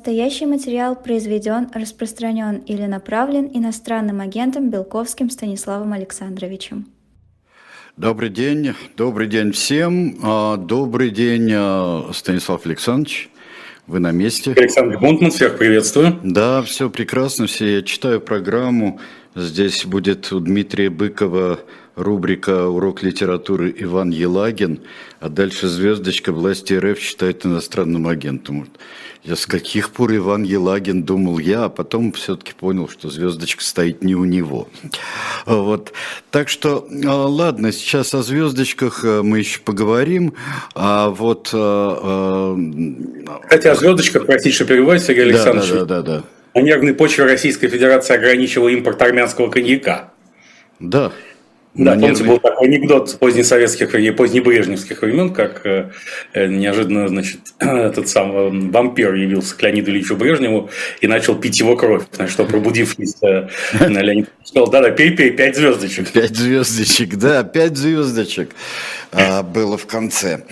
Настоящий материал произведен, распространен или направлен иностранным агентом Белковским Станиславом Александровичем. Добрый день всем. Добрый день, Станислав Александрович. Вы на месте? Александр Бунтман, всех приветствую. Да, все прекрасно, все. Я читаю программу. Здесь будет у Дмитрия Быкова рубрика «Урок литературы» Иван Елагин, а дальше звездочка «Власти РФ считает иностранным агентом». Я с каких пор Иван Елагин, думал я, а потом все-таки понял, что звездочка стоит не у него. Вот. Так что, ладно, сейчас о звездочках мы еще поговорим. А вот... Хотя о звездочках, простите, что перебиваю, Сергей Александрович. Да. На нервной почве Российская Федерация ограничивала импорт армянского коньяка. Да. Да, помните, был такой анекдот позднесоветских и позднебрежневских времен, как неожиданно, значит, этот самый вампир явился к Леониду Ильичу Брежневу и начал пить его кровь. На что пробудившись, Леонид сказал: да, пей, 5 звездочек. 5 звездочек, да, 5 звездочек было в конце.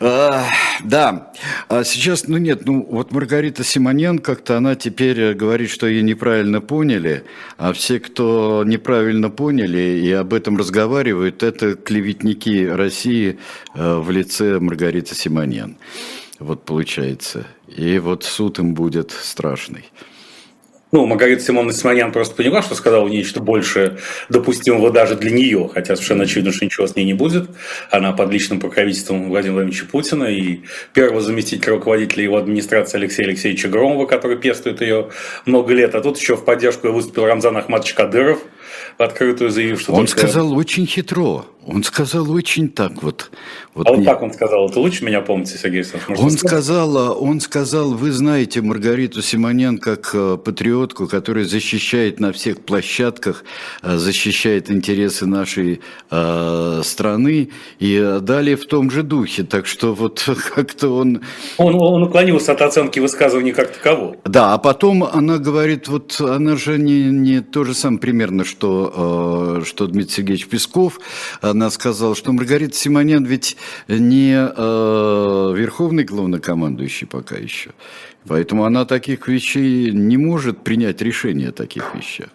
Да, сейчас, вот Маргарита Симонян как-то, она теперь говорит, что ее неправильно поняли, а все, кто неправильно поняли и об этом разговаривают, это клеветники России в лице Маргариты Симонян. Вот получается. И вот суд им будет страшный. Маргарита Симонян просто поняла, что сказала нечто больше допустимого даже для нее, хотя совершенно очевидно, что ничего с ней не будет. Она под личным покровительством Владимира Владимировича Путина и первого заместителя руководителя его администрации Алексея Алексеевича Громова, который пестует ее много лет. А тут еще в поддержку выступил Рамзан Ахматович Кадыров, в открытую заявив, что... Он сказал очень хитро. Он сказал очень так вот. Как он сказал? Это лучше меня помните, Сергей Александрович? Он сказал, вы знаете Маргариту Симонян как патриотку, которая защищает на всех площадках, защищает интересы нашей страны, и далее в том же духе. Так что вот как-то он... Он уклонился от оценки высказываний как такового. Да, а потом она говорит, вот она же не то же самое примерно, что Дмитрий Сергеевич Песков. Она сказала, что Маргарита Симонян ведь не верховный главнокомандующий пока еще. Поэтому она таких вещей не может принять решение о таких вещах.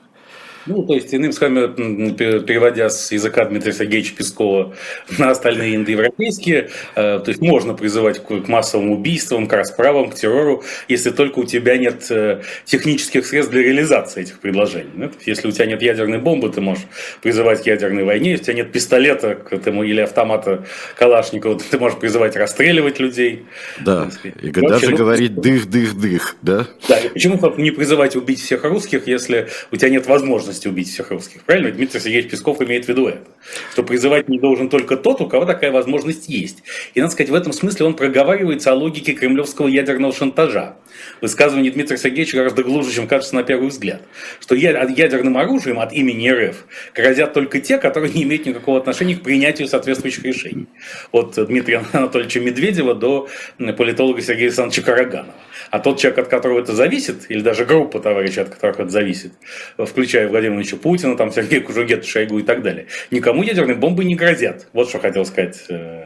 То есть, иными словами, переводя с языка Дмитрия Сергеевича Пескова на остальные индоевропейские, то есть можно призывать к массовым убийствам, к расправам, к террору, если только у тебя нет технических средств для реализации этих предложений. Если у тебя нет ядерной бомбы, ты можешь призывать к ядерной войне, если у тебя нет пистолета или автомата Калашникова, ты можешь призывать расстреливать людей. Да, и даже говорить дых, да? Да, и почему не призывать убить всех русских, если у тебя нет возможности убить всех русских. Правильно? Дмитрий Сергеевич Песков имеет в виду это. Что призывать не должен только тот, у кого такая возможность есть. И, надо сказать, в этом смысле он проговаривается о логике кремлевского ядерного шантажа. Высказывание Дмитрия Сергеевича гораздо глубже, чем кажется на первый взгляд. Что ядерным оружием от имени РФ грозят только те, которые не имеют никакого отношения к принятию соответствующих решений. От Дмитрия Анатольевича Медведева до политолога Сергея Александровича Караганова. А тот человек, от которого это зависит, или даже группа товарищей, от которых это зависит, включая Владимира Владимировича Путина, Сергея Кужугета, Шойгу и так далее, никому ядерные бомбы не грозят. Вот что хотел сказать.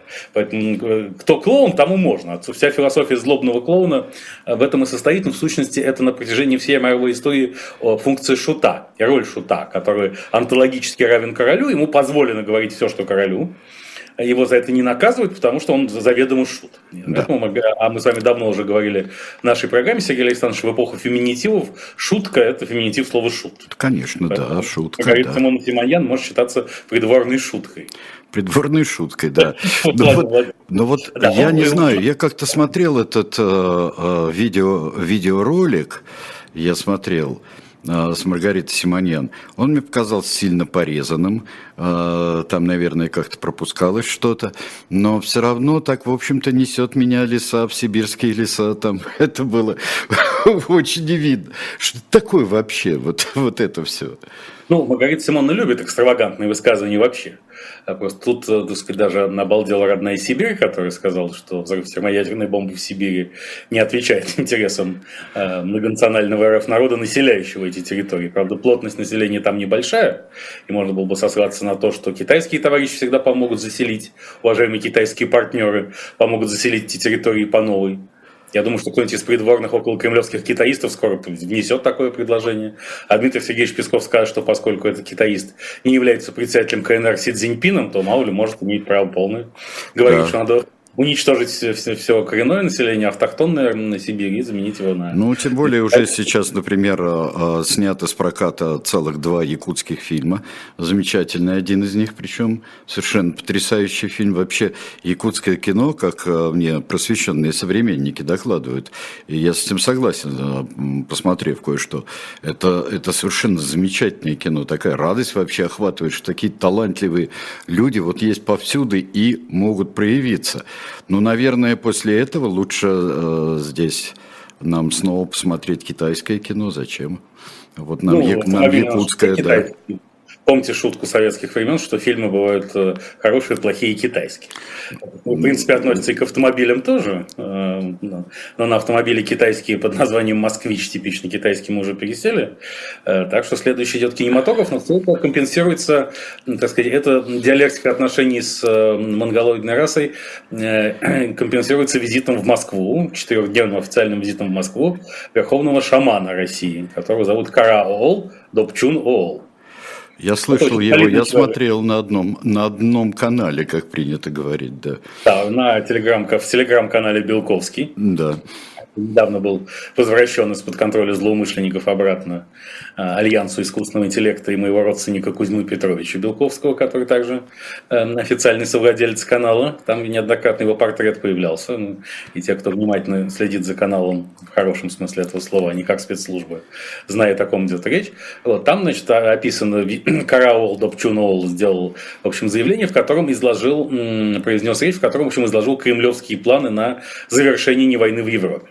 Поэтому кто клоун, тому можно. Вся философия злобного клоуна в этом и состоит. Но в сущности это на протяжении всей мировой истории функция шута и роль шута, который онтологически равен королю. Ему позволено говорить все, что королю. Его за это не наказывают, потому что он заведомо шут. Да. А мы с вами давно уже говорили в нашей программе, Сергей Александрович, в эпоху феминитивов шутка – это феминитив слова «шут». Конечно, поэтому, да, шутка. Маргарита Симонян может считаться придворной шуткой. Придворной шуткой, да. Но я не знаю, я как-то смотрел этот видеоролик, я смотрел с Маргаритой Симонян. Он мне показался сильно порезанным, там, наверное, как-то пропускалось что-то, но все равно так, в общем-то, несет меня леса в сибирские леса, там это было очень не видно. Что такое вообще, вот это все? Маргарита Симоновна любит экстравагантные высказывания вообще. Просто тут, так сказать, даже обалдела родная Сибирь, которая сказала, что взрыв термоядерной бомбы в Сибири не отвечает интересам многонационального РФ народа, населяющего эти территории. Правда, плотность населения там небольшая, и можно было бы сослаться на то, что китайские товарищи всегда помогут заселить, уважаемые китайские партнеры помогут заселить эти территории по новой. Я думаю, что кто-нибудь из придворных около кремлевских китаистов скоро внесет такое предложение. А Дмитрий Сергеевич Песков скажет, что поскольку этот китаист не является председателем КНР Си Цзиньпином, то мало ли может иметь право полное. Говорит, что надо уничтожить все коренное население, автохтонное на Сибири, и заменить его на... Ну, тем более уже сейчас, например, снято с проката целых 2 якутских фильма. Замечательный один из них, причем совершенно потрясающий фильм. Вообще, якутское кино, как мне просвещенные современники докладывают, и я с этим согласен, посмотрев кое-что, это совершенно замечательное кино. Такая радость вообще охватывает, что такие талантливые люди вот есть повсюду и могут проявиться. Ну, наверное, после этого лучше здесь нам снова посмотреть китайское кино. Зачем? Вот нам якутское, да. Помните шутку советских времен, что фильмы бывают хорошие, плохие и китайские. В принципе, относится и к автомобилям тоже. Но на автомобили китайские под названием «Москвич», типично китайский, мы уже пересели. Так что следующий идет кинематограф, но все это компенсируется, так сказать, эта диалектика отношений с монголоидной расой компенсируется визитом в Москву, 4-дневным официальным визитом в Москву верховного шамана России, которого зовут Караол Добчун Оол. Я слышал его, я смотрел на одном канале, как принято говорить, да. Да, в телеграм-канале Белковский. Да. Недавно был возвращен из-под контроля злоумышленников обратно Альянсу искусственного интеллекта и моего родственника Кузьмы Петровича Белковского, который также официальный совладелец канала. Там неоднократно его портрет появлялся. И те, кто внимательно следит за каналом, в хорошем смысле этого слова, а не как спецслужбы, знает, о ком идет речь. Вот, там, значит, описано, Караол Добчун Оол сделал, в общем, заявление, в котором произнес речь, в котором, в общем, изложил кремлевские планы на завершение войны в Европе.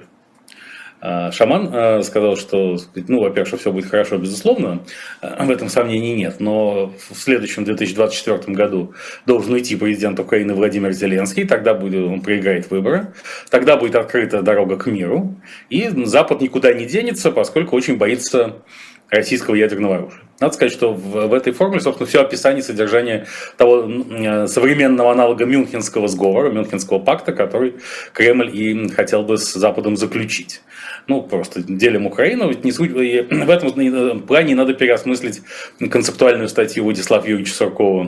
Шаман сказал, что, ну, во-первых, что все будет хорошо, безусловно, в этом сомнений нет, но в следующем 2024 году должен уйти президент Украины Владимир Зеленский, тогда он проиграет выборы, тогда будет открыта дорога к миру, и Запад никуда не денется, поскольку очень боится российского ядерного оружия. Надо сказать, что в этой формуле, собственно, все описание содержания того современного аналога Мюнхенского сговора, Мюнхенского пакта, который Кремль и хотел бы с Западом заключить. Ну, просто делим Украину. Ведь в этом плане надо переосмыслить концептуальную статью Владислава Юрьевича Суркова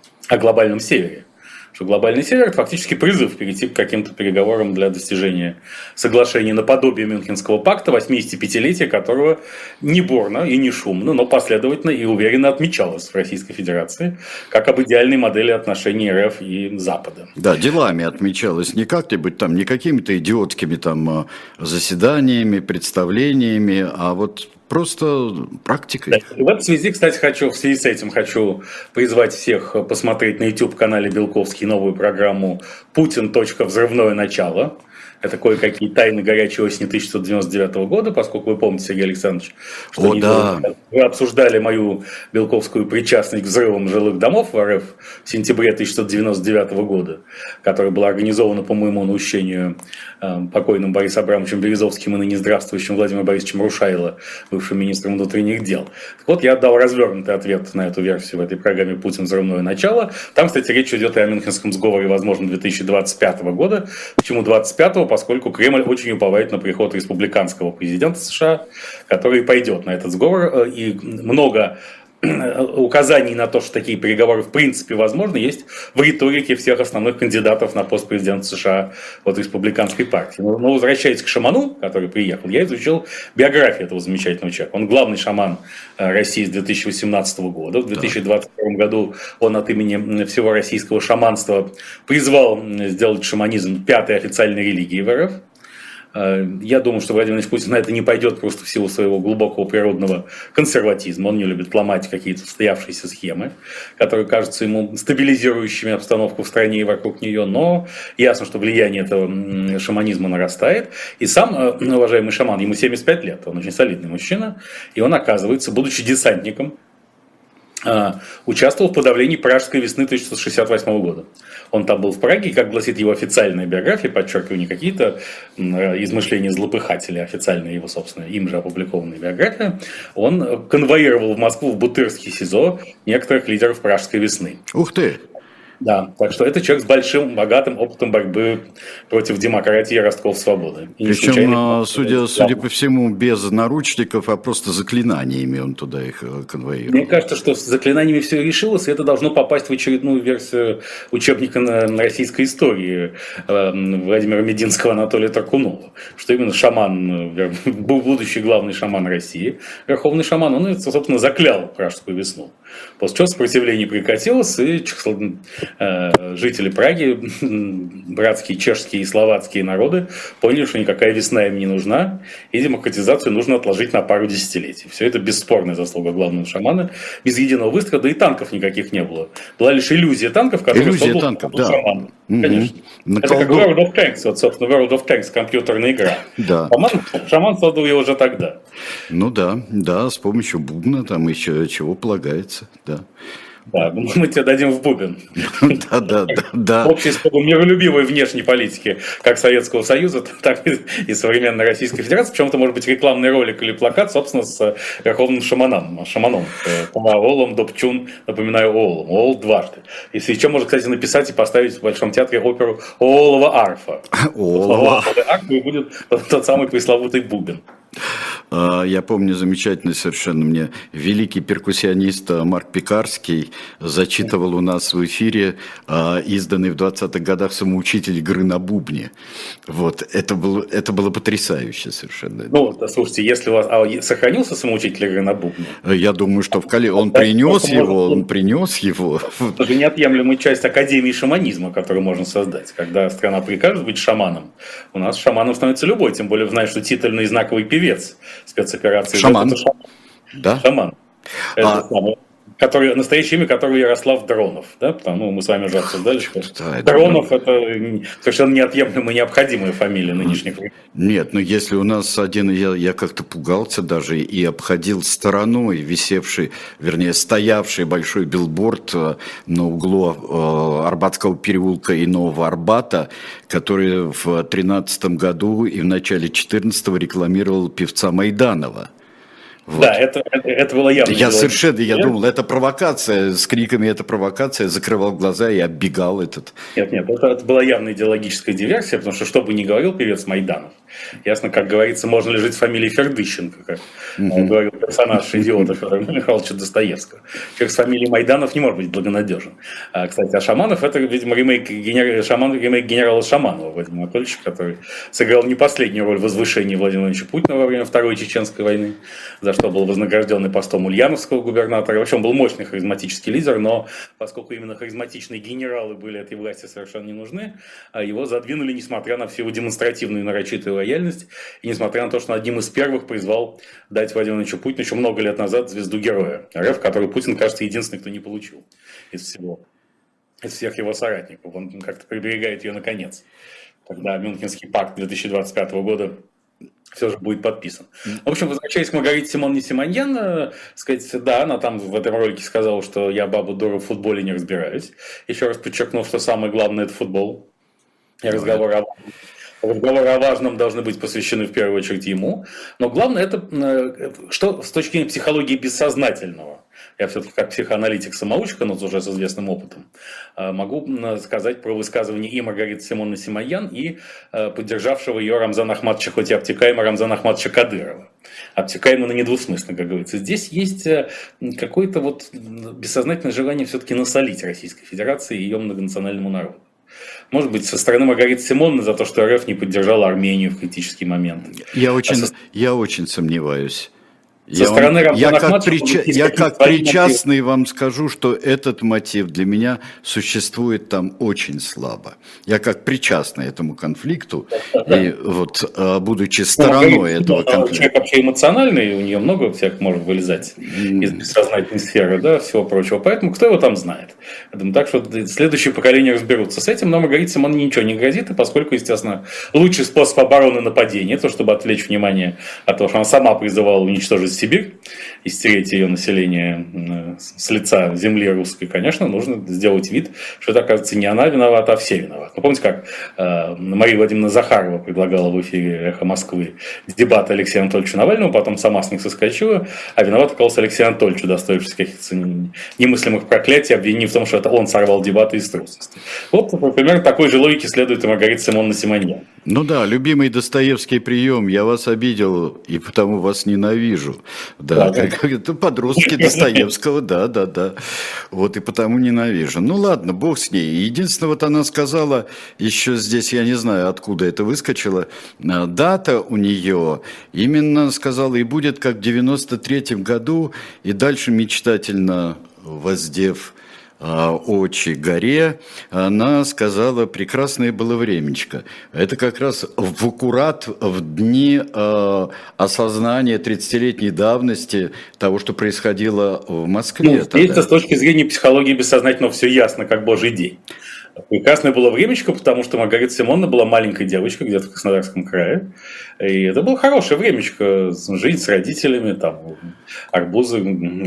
о глобальном севере. Что глобальный север – это фактически призыв перейти к каким-то переговорам для достижения соглашения наподобие Мюнхенского пакта, 85-летия которого не бурно и не шумно, но последовательно и уверенно отмечалось в Российской Федерации как об идеальной модели отношений РФ и Запада. Да, делами отмечалось, не как-нибудь там, не какими-то идиотскими там заседаниями, представлениями, а вот просто практикой. Да. И в этой связи, кстати, в связи с этим хочу призвать всех посмотреть на YouTube-канале Белковский новую программу «Путин. Взрывное начало». Это кое-какие тайны горячей осени 1999 года, поскольку вы помните, Сергей Александрович, что вы обсуждали мою белковскую причастность к взрывам жилых домов в РФ в сентябре 1999 года, которая была организована по моему наущению покойным Борисом Абрамовичем Березовским и ныне здравствующим Владимиром Борисовичем Рушайло, бывшим министром внутренних дел. Так вот, я дал развернутый ответ на эту версию в этой программе «Путин. Взрывное начало». Там, кстати, речь идет и о Мюнхенском сговоре, возможно, 2025 года. Почему 25-го? Поскольку Кремль очень уповает на приход республиканского президента США, который пойдет на этот сговор. И много указаний на то, что такие переговоры в принципе возможны, есть в риторике всех основных кандидатов на пост президента США от республиканской партии. Но возвращаясь к шаману, который приехал, я изучил биографию этого замечательного человека. Он главный шаман России с 2018 года. В 2022 году он от имени всего российского шаманства призвал сделать шаманизм 5-й официальной религией в РФ. Я думаю, что Владимир Ильич Путин на это не пойдет просто в силу своего глубокого природного консерватизма. Он не любит ломать какие-то устоявшиеся схемы, которые кажутся ему стабилизирующими обстановку в стране и вокруг нее. Но ясно, что влияние этого шаманизма нарастает. И сам уважаемый шаман, ему 75 лет, он очень солидный мужчина. И он, оказывается, будучи десантником, участвовал в подавлении Пражской весны 1968 года. Он там был в Праге, и, как гласит его официальная биография, подчеркиваю, не какие-то измышления злопыхателей, официальная его, собственно, им же опубликованная биография, он конвоировал в Москву в Бутырский СИЗО некоторых лидеров Пражской весны. Ух ты! Да, так что это человек с большим, богатым опытом борьбы против демократии и ростков свободы. И Причем, судя по всему, без наручников, а просто заклинаниями он туда их конвоировал. Мне кажется, что с заклинаниями все решилось, и это должно попасть в очередную версию учебника на российской истории Владимира Мединского, Анатолия Таркунова, что именно шаман, будущий главный шаман России, верховный шаман, он, собственно, заклял Пражскую весну. После чего сопротивление прекратилось, и жители Праги, братские чешские и словацкие народы, поняли, что никакая весна им не нужна, и демократизацию нужно отложить на пару десятилетий. Все это бесспорная заслуга главного шамана. Без единого выстрела, да и танков никаких не было. Была лишь иллюзия танков, которые создал шаман. Конечно. Это как World of Tanks, вот, собственно, World of Tanks, компьютерная игра. Да. Шаман создал ее уже тогда. Ну да, с помощью бубна там еще чего полагается, да. Да, мы тебе дадим в бубен. Да. Общий способ миролюбивой внешней политики как Советского Союза, так и современной Российской Федерации. Причем это может быть рекламный ролик или плакат, собственно, с верховным шаманом. Оолом Добчун, напоминаю, Оол дважды. Если еще можно, кстати, написать и поставить в Большом театре оперу Оолова арфа. Оолова арфа, и будет тот самый пресловутый бубен. Я помню замечательный совершенно мне великий перкуссионист Марк Пекарский зачитывал у нас в эфире изданный в 20-х годах самоучитель игры на бубне. Вот, это было потрясающе совершенно. Ну, слушайте, если у вас сохранился самоучитель игры на бубне? Я думаю, что он принес его. Это неотъемлемая часть Академии шаманизма, которую можно создать. Когда страна прикажет быть шаманом, у нас шаманом становится любой, тем более знаешь, что титульный знаковый певец спецоперации. Шаман. Это шаман. Да? Шаман. Настоящее имя которого Ярослав Дронов. Да? Потому мы с вами уже обсуждали, что Дронов это совершенно неотъемлемая, необходимая фамилия нынешних времен. Нет, но если у нас один, я как-то пугался даже и обходил стороной стоявший большой билборд на углу Арбатского переулка и Нового Арбата, который в 2013 году и в начале 2014 рекламировал певца Майданова. Вот. Да, это было явно. Я думал, это провокация, с криками это провокация, закрывал глаза и оббегал этот. Нет, это была явная идеологическая диверсия, потому что бы ни говорил певец Майданов, ясно, как говорится, можно ли жить с фамилией Фердыщенко, как говорил персонаж идиота Федора Михайловича Достоевского. Человек с фамилией Майданов не может быть благонадежен. Кстати, а Шаманов это, видимо, ремейк генерала Шаманова Владимира Анатольевича, который сыграл не последнюю роль в возвышении Владимира Владимировича Путина во время Второй Чеченской войны, за что был вознагражден и постом ульяновского губернатора. Вообще он был мощный харизматический лидер, но поскольку именно харизматичные генералы были этой власти совершенно не нужны, его задвинули, несмотря на всю его демонстративную и нарочитую лояльность, и несмотря на то, что он одним из первых призвал дать Владимиру Владимировичу Путину еще много лет назад звезду Героя РФ, которую Путин, кажется, единственный, кто не получил из всех его соратников. Он как-то приберегает ее наконец, когда Мюнхенский пакт 2025 года все же будет подписан. В общем, возвращаясь к Маргарите Симоновне Симоньян, сказать, да, она там в этом ролике сказала, что я, баба дура, в футболе не разбираюсь. Еще раз подчеркнул, что самое главное – это футбол. И разговоры о важном должны быть посвящены в первую очередь ему. Но главное – это что с точки зрения психологии бессознательного. Я все-таки как психоаналитик-самоучка, но уже с известным опытом, могу сказать про высказывание и Маргариты Симоновны Симоньян, и поддержавшего ее Рамзана Ахматовича, хоть и обтекаемо, Рамзана Ахматовича Кадырова. Обтекаемо, но недвусмысленно, как говорится. Здесь есть какое-то вот бессознательное желание все-таки насолить Российской Федерации и ее многонациональному народу. Может быть, со стороны Маргариты Симоновны за то, что РФ не поддержала Армению в критический момент. Я очень сомневаюсь. Я как причастный вам скажу, что этот мотив для меня существует там очень слабо. Я как причастный этому конфликту, и вот будучи стороной этого конфликта. Человек вообще эмоциональный, у нее много всяких может вылезать из бессознательной сферы, да, всего прочего. Поэтому кто его там знает? Я думаю, так что следующее поколение разберутся с этим, но Маргарите Симоновне ничего не грозит, и поскольку, естественно, лучший способ обороны нападения, то, чтобы отвлечь внимание от того, что она сама призывала уничтожить Сибирь и стереть ее население с лица земли русской, конечно, нужно сделать вид, что это, оказывается, не она виновата, а все виноваты. Ну, помните, как Мария Владимировна Захарова предлагала в эфире «Эхо Москвы» дебаты Алексею Анатольевичу Навальному, потом сама с них соскочила, а виноват оказался Алексей Анатольевич, удостоившись каких-то немыслимых проклятий, обвинив в том, что это он сорвал дебаты из трусости. Вот, например, такой же логике следует и Маргарита Симоновна Симоньян. Ну да, любимый Достоевский прием. Я вас обидел и потому вас ненавижу. Да, это подростки Достоевского, да. Вот и потому ненавижу. Ну ладно, бог с ней. Единственное, вот она сказала, еще здесь, я не знаю, откуда это выскочило, дата у нее, именно сказала, и будет как в 93-м году, и дальше мечтательно воздев очи горе, она сказала, прекрасное было времечко. Это как раз в аккурат в дни осознания 30-летней давности того, что происходило в Москве. Здесь, с точки зрения психологии бессознательного, все ясно, как божий день. Прекрасное было времечко, потому что Маргарита Симоновна была маленькой девочкой где-то в Краснодарском крае. И это было хорошее времечко. Жить с родителями, там, арбузы,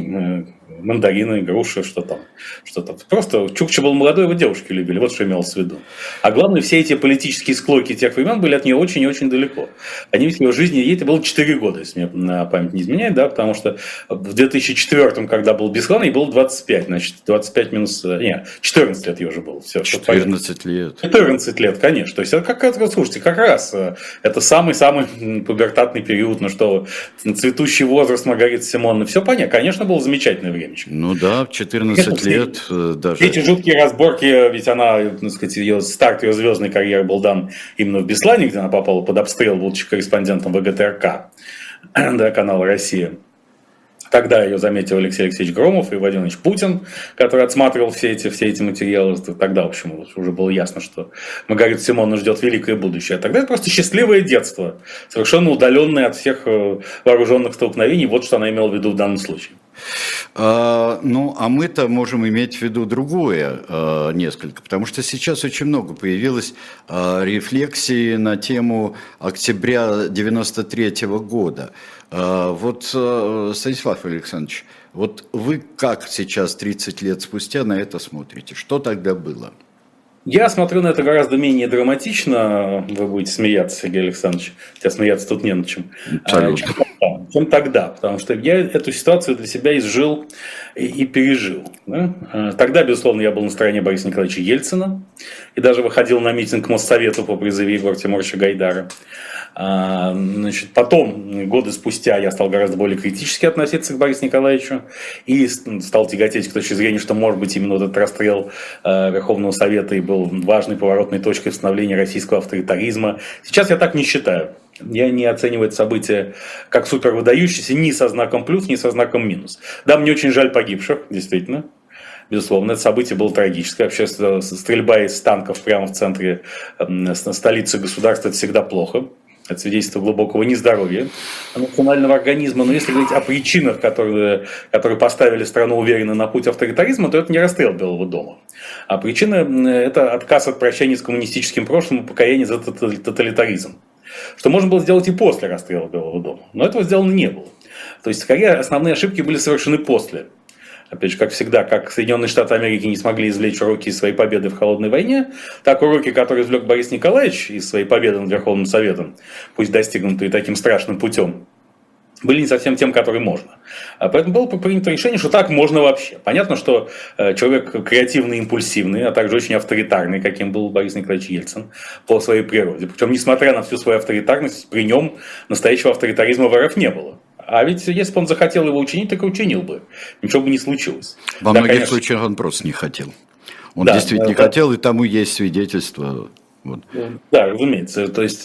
мандарины, груши, что там. Просто Чукча был молодой, его девушки любили, вот что имелось в виду. А главное, все эти политические склоки тех времен были от нее очень и очень далеко. Они ведь в ее жизни, ей это было 4 года, если мне память не изменяет, да, потому что в 2004, когда был Беслан, ей было 25, значит, 25 минус... Нет, 14 лет ей уже было. Все, 14 лет. 14 лет, конечно. То есть, слушайте, как раз это самый-самый пубертатный период, ну что, цветущий возраст Маргариты Симоновны. Все понятно, конечно, было замечательное время. Ну да, в 14 лет даже. Эти жуткие разборки, ведь она, так сказать, старт ее звездной карьеры был дан именно в Беслане, где она попала под обстрел, будучи корреспондентом ВГТРК, да, канала «Россия». Тогда ее заметил Алексей Алексеевич Громов и Владимир Ильич Путин, который отсматривал все эти материалы. Тогда, в общем, уже было ясно, что Маргариту Симоновну ждет великое будущее. А тогда это просто счастливое детство, совершенно удаленное от всех вооруженных столкновений. Вот что она имела в виду в данном случае. А мы-то можем иметь в виду другое несколько, потому что сейчас очень много появилось рефлексий на тему октября 93-го года. Вот, Станислав Александрович, вот вы как сейчас, 30 лет спустя, на это смотрите? Что тогда было? Я смотрю на это гораздо менее драматично, вы будете смеяться, Сергей Александрович, хотя смеяться тут не на чем, чем тогда, потому что я эту ситуацию для себя изжил и пережил. Да? Тогда, безусловно, я был на стороне Бориса Николаевича Ельцина и даже выходил на митинг Моссовету по призыву Егора Тимуровича Гайдара. Значит, потом, годы спустя, я стал гораздо более критически относиться к Борису Николаевичу и стал тяготеть к точке зрения, что, может быть, именно вот этот расстрел Верховного Совета и был важной поворотной точкой в становлении российского авторитаризма. Сейчас я так не считаю. Я не оцениваю это событие как супер выдающееся ни со знаком плюс, ни со знаком минус. Да, мне очень жаль погибших, действительно. Безусловно, это событие было трагическое. Вообще, стрельба из танков прямо в центре столицы государства – это всегда плохо. Это свидетельство глубокого нездоровья национального организма. Но если говорить о причинах, которые поставили страну уверенно на путь авторитаризма, то это не расстрел Белого дома. А причина – это отказ от прощения с коммунистическим прошлым и покаяние за тоталитаризм. Что можно было сделать и после расстрела Белого дома. Но этого сделано не было. То есть, скорее, основные ошибки были совершены после. Опять же, как всегда, как Соединенные Штаты Америки не смогли извлечь уроки из своей победы в холодной войне, так уроки, которые извлек Борис Николаевич из своей победы над Верховным Советом, пусть достигнутые таким страшным путем, были не совсем тем, которые можно. Поэтому было принято решение, что так можно вообще. Понятно, что человек креативный, импульсивный, а также очень авторитарный, каким был Борис Николаевич Ельцин по своей природе. Причем, несмотря на всю свою авторитарность, при нем настоящего авторитаризма в РФ не было. А ведь если бы он захотел его учинить, так и учинил бы. Ничего бы не случилось. Во многих случаях он просто не хотел. Он действительно не хотел, и тому есть свидетельство. Вот. Да, разумеется. То есть,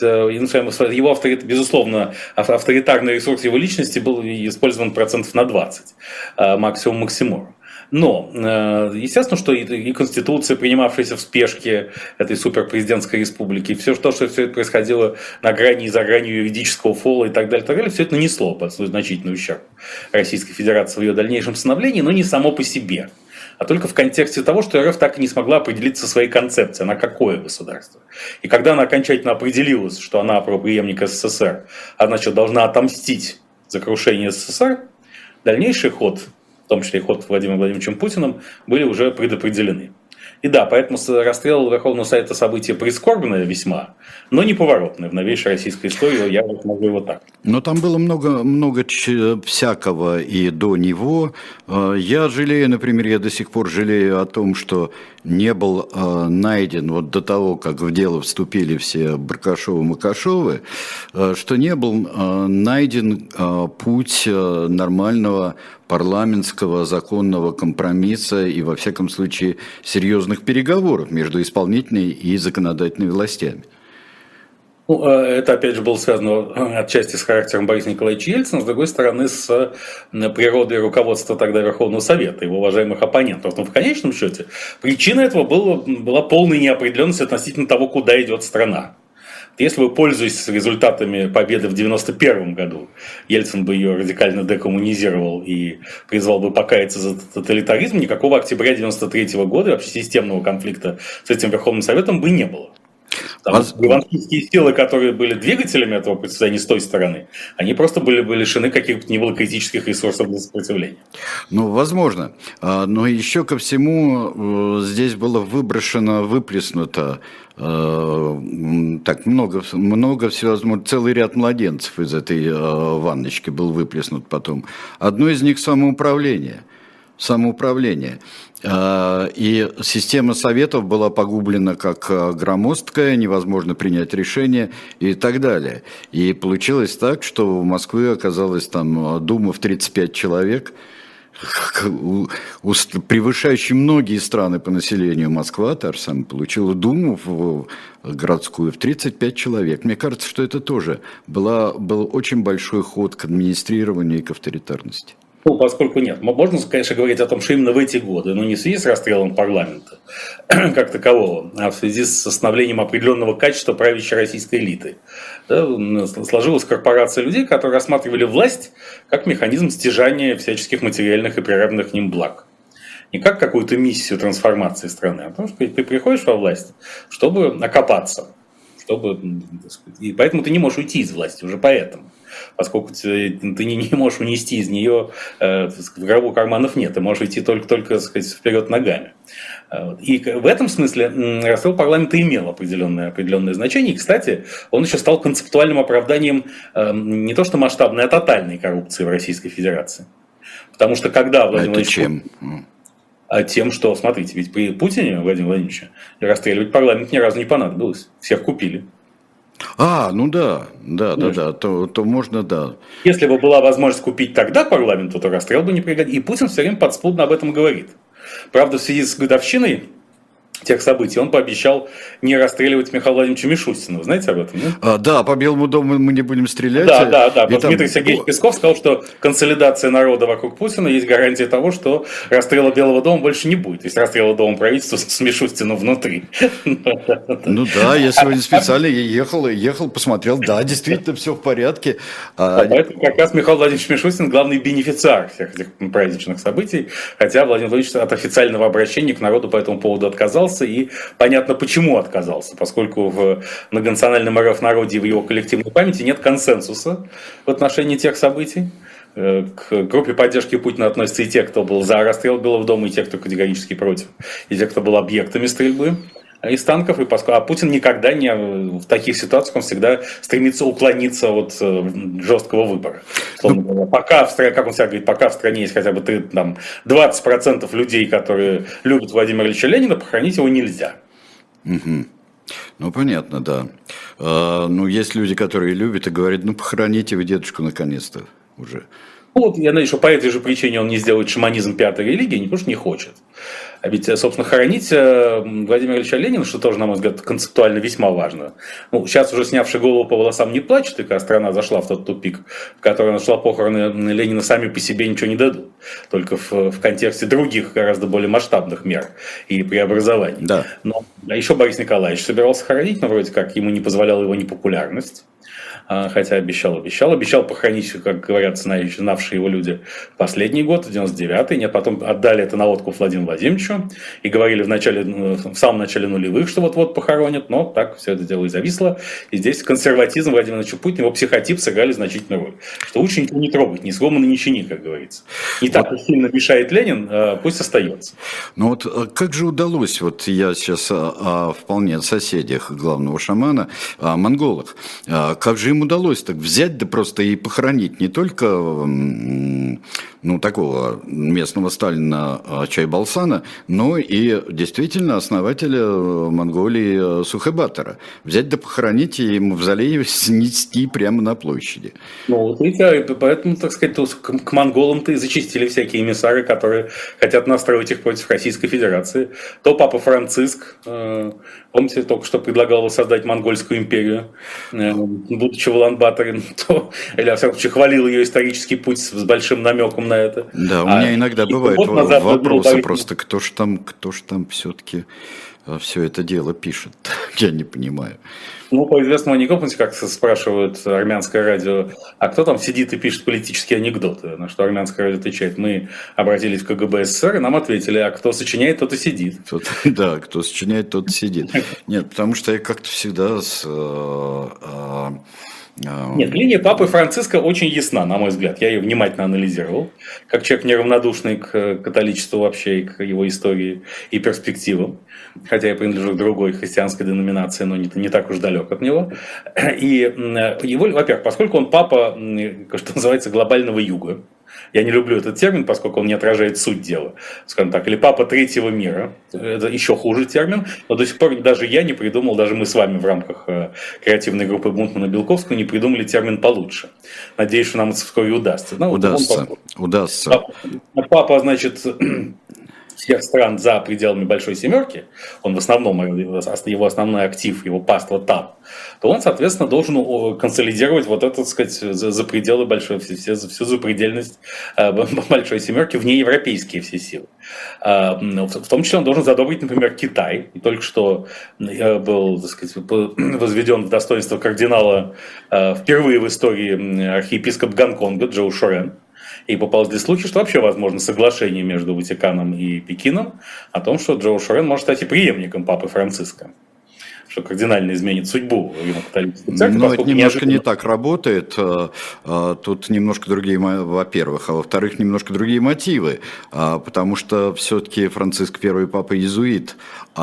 его безусловно, авторитарный ресурс его личности был использован процентов на 20, максимум. Но, естественно, что и Конституция, принимавшаяся в спешке этой суперпрезидентской республики, и все это происходило на грани и за гранью юридического фола и так далее, все это нанесло значительный ущерб Российской Федерации в ее дальнейшем становлении, но не само по себе, а только в контексте того, что РФ так и не смогла определиться со своей концепцией, она какое государство. И когда она окончательно определилась, что она правопреемник СССР, а значит должна отомстить за крушение СССР, дальнейший ход, в том числе и ход Владимиром Владимировичем Путиным, были уже предопределены. И да, поэтому расстрел Верховного Совета событие прискорбное весьма, но не поворотное в новейшей российской истории, я вот могу его так. Но там было много всякого и до него. Я жалею, например, я до сих пор жалею о том, что не был найден, вот до того, как в дело вступили все Баркашовы-Макашовы, что не был найден путь нормального парламентского законного компромисса и, во всяком случае, серьезных переговоров между исполнительной и законодательной властями. Ну, это, опять же, было связано отчасти с характером Бориса Николаевича Ельцина, с другой стороны, с природой руководства тогда Верховного Совета, его уважаемых оппонентов. Но в конечном счете причина этого была полная неопределенность относительно того, куда идет страна. Если бы, пользуясь результатами победы в 1991 году, Ельцин бы ее радикально декоммунизировал и призвал бы покаяться за тоталитаризм, никакого октября 1993 года, вообще системного конфликта с этим Верховным Советом бы не было. Ивановские силы, которые были двигателями этого противостояния с той стороны, они просто были лишены каких-то не было критических ресурсов для сопротивления. Ну, возможно. Но еще ко всему здесь было выплеснуто так много всевозможных, целый ряд младенцев из этой ванночки был выплеснут потом. Одно из них самоуправление. И система советов была погублена как громоздкая, невозможно принять решение и так далее. И получилось так, что в Москве оказалось там дума в 35 человек, превышающий многие страны по населению. Москва, та же самая, получила думу городскую в 35 человек. Мне кажется, что это тоже был очень большой ход к администрированию и к авторитарности. Ну, поскольку нет. Можно, конечно, говорить о том, что именно в эти годы, но не в связи с расстрелом парламента как такового, а в связи с становлением определенного качества правящей российской элиты. Да, сложилась корпорация людей, которые рассматривали власть как механизм стяжания всяческих материальных и приравненных к ним благ. Не как какую-то миссию трансформации страны, а потому что ты приходишь во власть, чтобы окопаться. И поэтому ты не можешь уйти из власти, уже поэтому. Поскольку ты не можешь унести из нее, в гробу карманов нет, ты можешь идти только так сказать, вперед ногами. И в этом смысле расстрел парламента имел определенное значение. И, кстати, он еще стал концептуальным оправданием не то что масштабной, а тотальной коррупции в Российской Федерации. Потому что когда Владимир Владимирович... Тем, что, смотрите, ведь при Путине, Владимира Владимировича, расстреливать парламент ни разу не понадобилось. Всех купили. Ну да, то можно, да. Если бы была возможность купить тогда парламенту, то расстрел бы не пригодился. И Путин все время подспудно об этом говорит. Правда, в связи с годовщиной тех событий он пообещал не расстреливать Михаила Владимировича Мишустина. Вы знаете об этом? Нет? Да, по Белому дому мы не будем стрелять. Да. Дмитрий Сергеевич Песков сказал, что консолидация народа вокруг Путина есть гарантия того, что расстрела Белого дома больше не будет. То есть расстрела дома правительства с Мишустиным внутри. Ну да, я сегодня специально ехал, посмотрел. Да, действительно, все в порядке. Поэтому как раз Михаил Владимирович Мишустин главный бенефициар всех этих праздничных событий. Хотя Владимир Владимирович от официального обращения к народу по этому поводу отказался. И понятно, почему отказался, поскольку в многонациональном РФ народе и в его коллективной памяти нет консенсуса в отношении тех событий. К группе поддержки Путина относятся и те, кто был за расстрел Белого дома, и те, кто категорически против, и те, кто был объектами стрельбы из танков. А Путин никогда не в таких ситуациях, он всегда стремится уклониться от жесткого выбора. Пока, как он всегда говорит, пока в стране есть хотя бы 20% людей, которые любят Владимира Ильича Ленина, похоронить его нельзя. Угу. Ну, понятно, да. Есть люди, которые любят и говорят, похороните вы дедушку наконец-то уже. Вот, я надеюсь, что по этой же причине он не сделает шаманизм пятой религии, не потому что не хочет. А ведь, собственно, хоронить Владимира Ильича Ленина, что тоже, на мой взгляд, концептуально весьма важно. Сейчас уже снявший голову по волосам не плачет, и когда страна зашла в тот тупик, в который нашла похороны Ленина, сами по себе ничего не дадут. Только в контексте других, гораздо более масштабных мер и преобразований. Да. Но еще Борис Николаевич собирался хоронить, но вроде как ему не позволяла его непопулярность. хотя обещал похоронить, как говорят знавшие его люди, последний год, 99-й, нет, потом отдали это на откуп Владимиру Владимировичу и говорили в самом начале нулевых, что вот-вот похоронят, но так все это дело и зависло, и здесь консерватизм Владимира Владимировича Путина, его психотип сыграли значительную роль, что лучше никого не трогать, ни сломанный, ни чини, как говорится. Не так уж сильно мешает Ленин, пусть остается. Ну вот как же удалось, вот я сейчас вполне о соседях главного шамана, о монголах, как же им удалось так взять, да просто и похоронить не только такого местного Сталина Чайбалсана, но и действительно основателя Монголии Сухебатора. Взять да похоронить и мавзолей снести прямо на площади. Ну, вот видите, поэтому, так сказать, к монголам-то и зачастили всякие эмиссары, которые хотят настроить их против Российской Федерации. То папа Франциск, помните, только что предлагал воссоздать Монгольскую империю, будучи в Улан-Баторе, или, во всяком случае, хвалил ее исторический путь с большим намеком на это. Да, у меня иногда бывают вопросы просто, кто ж там все-таки все это дело пишет, я не понимаю. Ну, по известному анекдоту, помните, как спрашивают армянское радио, а кто там сидит и пишет политические анекдоты? На что армянское радио отвечает, мы обратились в КГБ СССР, и нам ответили, а кто сочиняет, тот и сидит. Да, кто сочиняет, тот и сидит. Нет, потому что я как-то всегда Нет, линия папы Франциска очень ясна, на мой взгляд. Я ее внимательно анализировал, как человек неравнодушный к католичеству вообще, и к его истории и перспективам. Хотя я принадлежу к другой христианской деноминации, но не так уж далек от него. И его, во-первых, поскольку он папа, что называется, глобального юга, я не люблю этот термин, поскольку он не отражает суть дела. Скажем так, или папа третьего мира. Это еще хуже термин. Но до сих пор даже я не придумал, даже мы с вами в рамках креативной группы Бунтмана-Белковского не придумали термин получше. Надеюсь, что нам это вскоре удастся. Удастся. Папа, значит, всех стран за пределами Большой Семерки, он в основном, его основной актив, его паства там, то он, соответственно, должен консолидировать вот это, так сказать, за пределы большой, всю запредельность Большой Семерки, вне европейские все силы. В том числе он должен задобрить, например, Китай. И только что был, так сказать, возведен в достоинство кардинала впервые в истории архиепископ Гонконга Джоу Шорен. И поползли слухи, что вообще возможно соглашение между Ватиканом и Пекином о том, что Джоу Шорен может стать и преемником папы Франциска, что кардинально изменит судьбу Римо-католической церкви. Но это немножко не так работает. Тут немножко другие, во-первых, а во-вторых, немножко другие мотивы. Потому что все-таки Франциск I папа иезуит,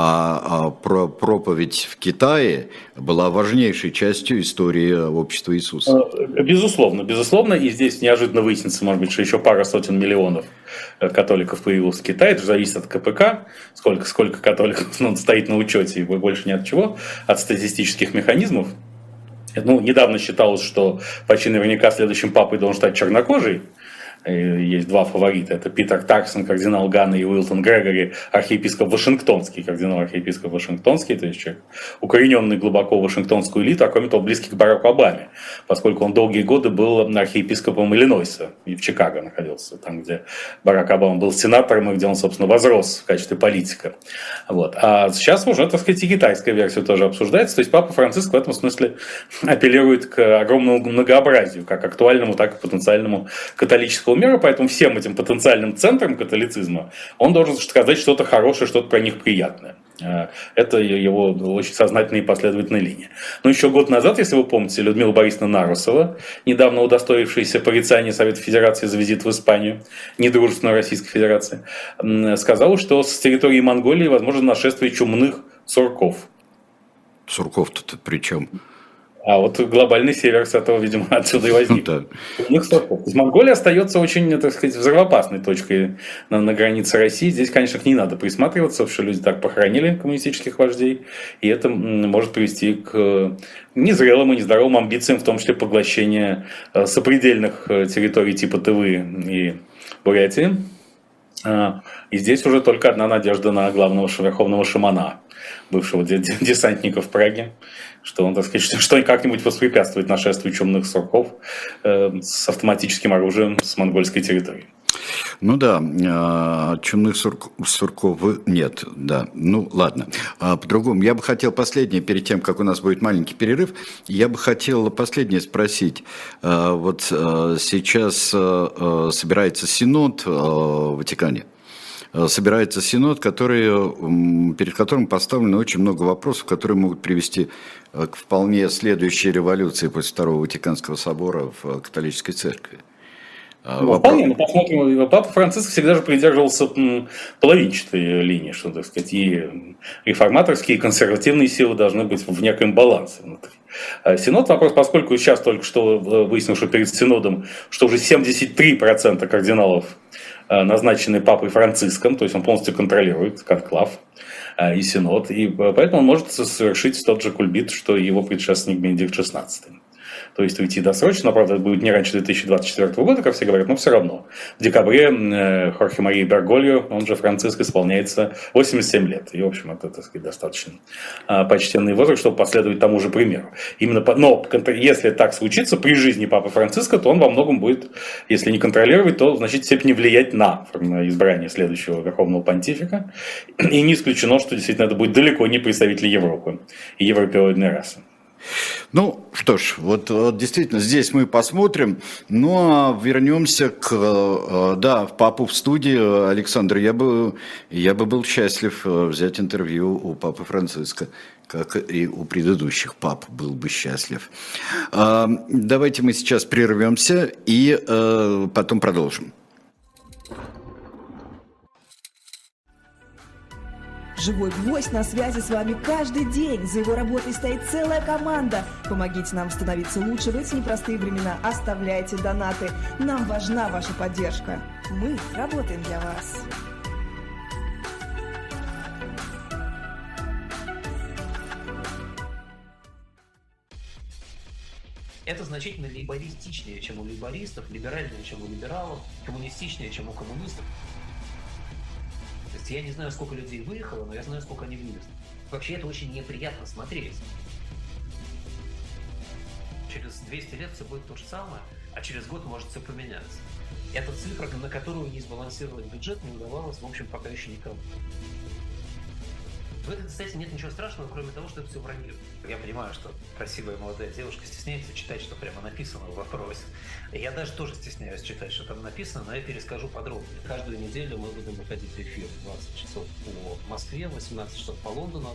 а проповедь в Китае была важнейшей частью истории общества Иисуса. Безусловно. И здесь неожиданно выяснится, может быть, что еще пара сотен миллионов католиков появилось в Китае. Это зависит от КПК, сколько католиков стоит на учете, и больше ни от чего, от статистических механизмов. Недавно считалось, что почти наверняка следующим папой должен стать чернокожий. Есть два фаворита. Это Питер Тарксон, кардинал Ганна, и Уилтон Грегори, архиепископ Вашингтонский, кардинал-архиепископ Вашингтонский, то есть человек, укорененный глубоко в вашингтонскую элиту, а кроме того, близкий к Бараку Обаме, поскольку он долгие годы был архиепископом Иллинойса и в Чикаго находился, там, где Барак Обама был сенатором, и где он, собственно, возрос в качестве политика. Вот. А сейчас уже, так сказать, и китайская версия тоже обсуждается. То есть папа Франциск в этом смысле апеллирует к огромному многообразию, как актуальному, так и потенциальному католическому мира, поэтому всем этим потенциальным центрам католицизма он должен сказать что-то хорошее, что-то про них приятное. Это его очень сознательная и последовательная линия. Но еще год назад, если вы помните, Людмила Борисовна Нарусова, недавно удостоившаяся порицания Совета Федерации за визит в Испанию, недружественную Российской Федерации, сказала, что с территории Монголии возможно нашествие чумных сурков. Сурков-то при чем? А вот глобальный север с этого, видимо, отсюда и возник. Монголия остается очень, так сказать, взрывоопасной точкой на границе России. Здесь, конечно, к ней надо присматриваться, потому что люди так похоронили коммунистических вождей, и это может привести к незрелым и нездоровым амбициям, в том числе поглощения сопредельных территорий типа Тывы и Бурятии. И здесь уже только одна надежда на главного верховного шамана, бывшего десантника в Праге, что он, так сказать, что как-нибудь воспрепятствует нашествию чумных сурков с автоматическим оружием с монгольской территории. Ну да, чумных сурков нет, да. Ну ладно. По-другому, я бы хотел последнее, перед тем, как у нас будет маленький перерыв, я бы хотел последнее спросить. Вот сейчас собирается Синод в Ватикане. Собирается Синод, перед которым поставлено очень много вопросов, которые могут привести к вполне следующей революции после Второго Ватиканского собора в католической церкви. Ну, вполне, мы посмотрим. Папа Франциск всегда же придерживался половинчатой линии, что, так сказать, и реформаторские, и консервативные силы должны быть в некоем балансе внутри. Синод, вопрос, поскольку сейчас только что выяснилось, что перед Синодом, что уже 73% кардиналов назначены Папой Франциском, то есть он полностью контролирует конклав и Синод, и поэтому он может совершить тот же кульбит, что и его предшественник Бенедикт XVI. То есть уйти досрочно, правда, это будет не раньше 2024 года, как все говорят, но все равно. В декабре Хорхе Марии Бергольо, он же Франциск, исполняется 87 лет. И, в общем, это, так сказать, достаточно почтенный возраст, чтобы последовать тому же примеру. Но если так случится при жизни Папы Франциска, то он во многом будет, если не контролировать, то в значительной степени влиять на избрание следующего верховного понтифика. И не исключено, что действительно это будет далеко не представители Европы и европеоидной расы. Ну, что ж, вот действительно, здесь мы посмотрим, но вернемся в папу в студии. Александр, я бы был счастлив взять интервью у папы Франциска, как и у предыдущих пап был бы счастлив. Давайте мы сейчас прервемся и потом продолжим. Живой гвоздь на связи с вами каждый день. За его работой стоит целая команда. Помогите нам становиться лучше в эти непростые времена. Оставляйте донаты. Нам важна ваша поддержка. Мы работаем для вас. Это значительно лейбористичнее, чем у лейбористов, либеральнее, чем у либералов, коммунистичнее, чем у коммунистов. То есть я не знаю, сколько людей выехало, но я знаю, сколько они вывезли. Вообще это очень неприятно смотреть. Через 200 лет все будет то же самое, а через год может все поменяться. Это цифра, на которую не сбалансировать бюджет не удавалось, в общем, пока еще никому. В этой, кстати, нет ничего страшного, кроме того, что это все вранье. Я понимаю, что красивая молодая девушка стесняется читать, что прямо написано в вопросе. Я даже тоже стесняюсь читать, что там написано, но я перескажу подробнее. Каждую неделю мы будем выходить в эфир 20 часов по Москве, 18 часов по Лондону.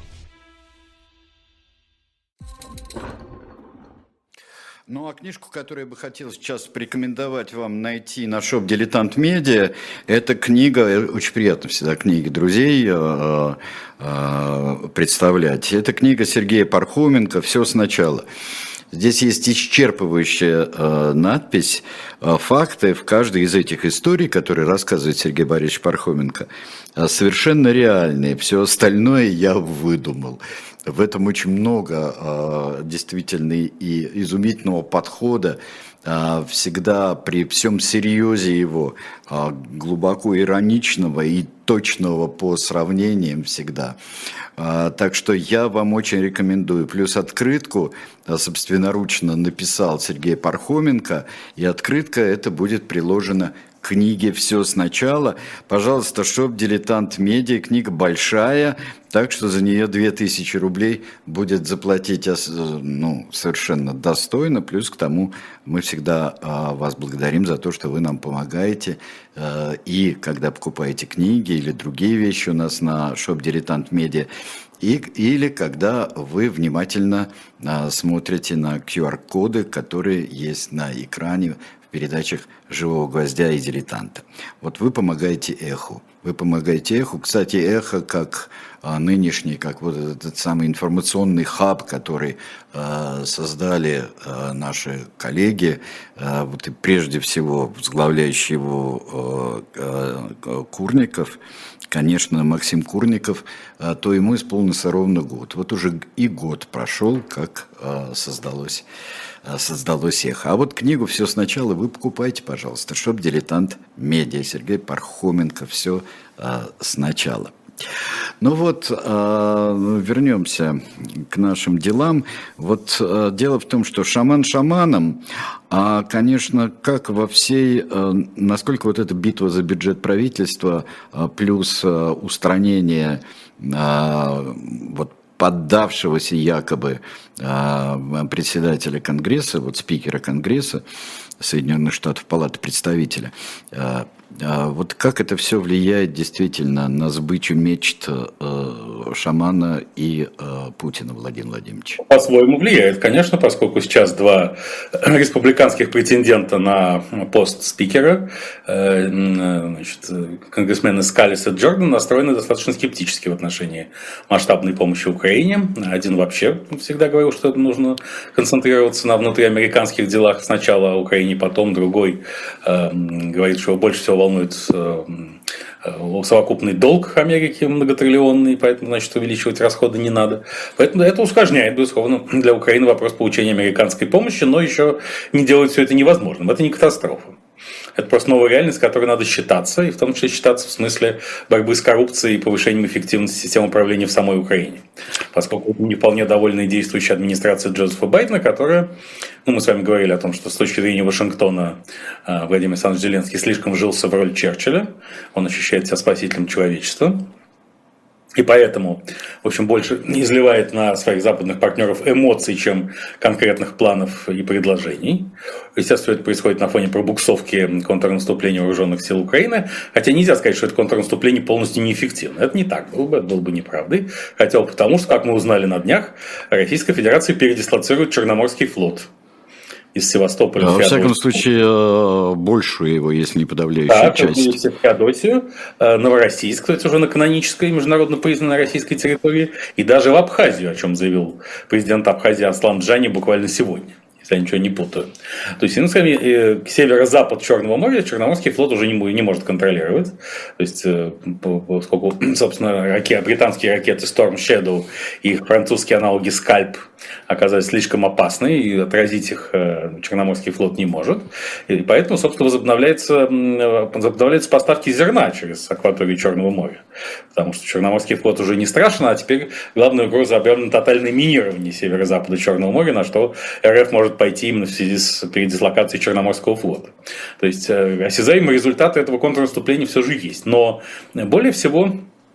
Ну, а книжку, которую я бы хотел сейчас порекомендовать вам найти на шоп «Дилетант Медиа», это книга, очень приятно всегда книги друзей представлять. Это книга Сергея Пархоменко «Все сначала». Здесь есть исчерпывающая надпись, факты в каждой из этих историй, которые рассказывает Сергей Борисович Пархоменко, совершенно реальные. Все остальное я выдумал. В этом очень много действительно и изумительного подхода, всегда при всем серьезе его, глубоко ироничного и точного по сравнениям всегда. Так что я вам очень рекомендую. Плюс открытку собственноручно написал Сергей Пархоменко, и открытка это будет приложена к книге «Все сначала». Пожалуйста, шоп «Дилетант Медиа». Книга большая, так что за нее 2000 рублей будет заплатить совершенно достойно. Плюс к тому мы всегда вас благодарим за то, что вы нам помогаете. И когда покупаете книги или другие вещи у нас на шоп «Дилетант Медиа», или когда вы внимательно смотрите на QR-коды, которые есть на экране в передачах «Живого гвоздя» и «Дилетанта». Вот вы помогаете «Эху». Вы помогаете «Эху». Кстати, «Эхо» как нынешний, как вот этот самый информационный хаб, который создали наши коллеги, вот и прежде всего возглавляющий его Курников, конечно, Максим Курников, то ему исполнился ровно год. Вот уже и год прошел, как создалось «Эхо». А вот книгу «Все сначала» вы покупайте, пожалуйста. Шоп «Дилетант Медиа». Сергей Пархоменко. «Все сначала». Ну вот, вернемся к нашим делам. Вот дело в том, что шаман шаманом, конечно, как во всей, насколько вот эта битва за бюджет правительства плюс устранение вот поддавшегося якобы председателя Конгресса, вот спикера Конгресса Соединенных Штатов, Палаты представителей, вот как это все влияет действительно на сбычу мечт шамана и Путина Владимира Владимировича? По-своему влияет, конечно, поскольку сейчас два республиканских претендента на пост спикера, конгрессмены Скаллис и Джордан, настроены достаточно скептически в отношении масштабной помощи Украине. Один вообще всегда говорил, что нужно концентрироваться на внутриамериканских делах сначала о Украине, потом другой говорит, что его больше всего волнует совокупный долг Америки многотриллионный, поэтому, значит, увеличивать расходы не надо. Поэтому это усложняет, безусловно, для Украины вопрос получения американской помощи, но еще не делает все это невозможным. Это не катастрофа. Это просто новая реальность, с которой надо считаться, и в том числе считаться в смысле борьбы с коррупцией и повышением эффективности системы управления в самой Украине. Поскольку не вполне довольна действующей администрацией Джозефа Байдена, которая, мы с вами говорили о том, что с точки зрения Вашингтона Владимир Александрович Зеленский слишком вжился в роль Черчилля, он ощущает себя спасителем человечества. И поэтому, в общем, больше изливает на своих западных партнеров эмоций, чем конкретных планов и предложений. Естественно, это происходит на фоне пробуксовки контрнаступления вооруженных сил Украины. Хотя нельзя сказать, что это контрнаступление полностью неэффективно. Это не так было бы, это было бы неправдой. Хотя бы потому, что, как мы узнали на днях, Российская Федерация передислоцирует Черноморский флот из Севастополя. Во всяком случае, большую его, если не подавляющую часть. В Феодосию, Новороссийск, то есть уже на канонической, международно признанной российской территории, и даже в Абхазию, о чем заявил президент Абхазии Аслан Джани буквально сегодня, если я ничего не путаю. То есть, северо-запад Черного моря Черноморский флот уже не может контролировать. То есть, поскольку, собственно, британские ракеты Storm Shadow и их французские аналоги Scalp оказались слишком опасны, и отразить их Черноморский флот не может. И поэтому, собственно, возобновляются поставки зерна через акваторию Черного моря. Потому что Черноморский флот уже не страшен, а теперь главная угроза объявлена тотальное минирование северо-запада Черного моря, на что РФ может пойти именно в связи с передислокацией Черноморского флота. То есть осязаемые результаты этого контрнаступления все же есть. Но более всего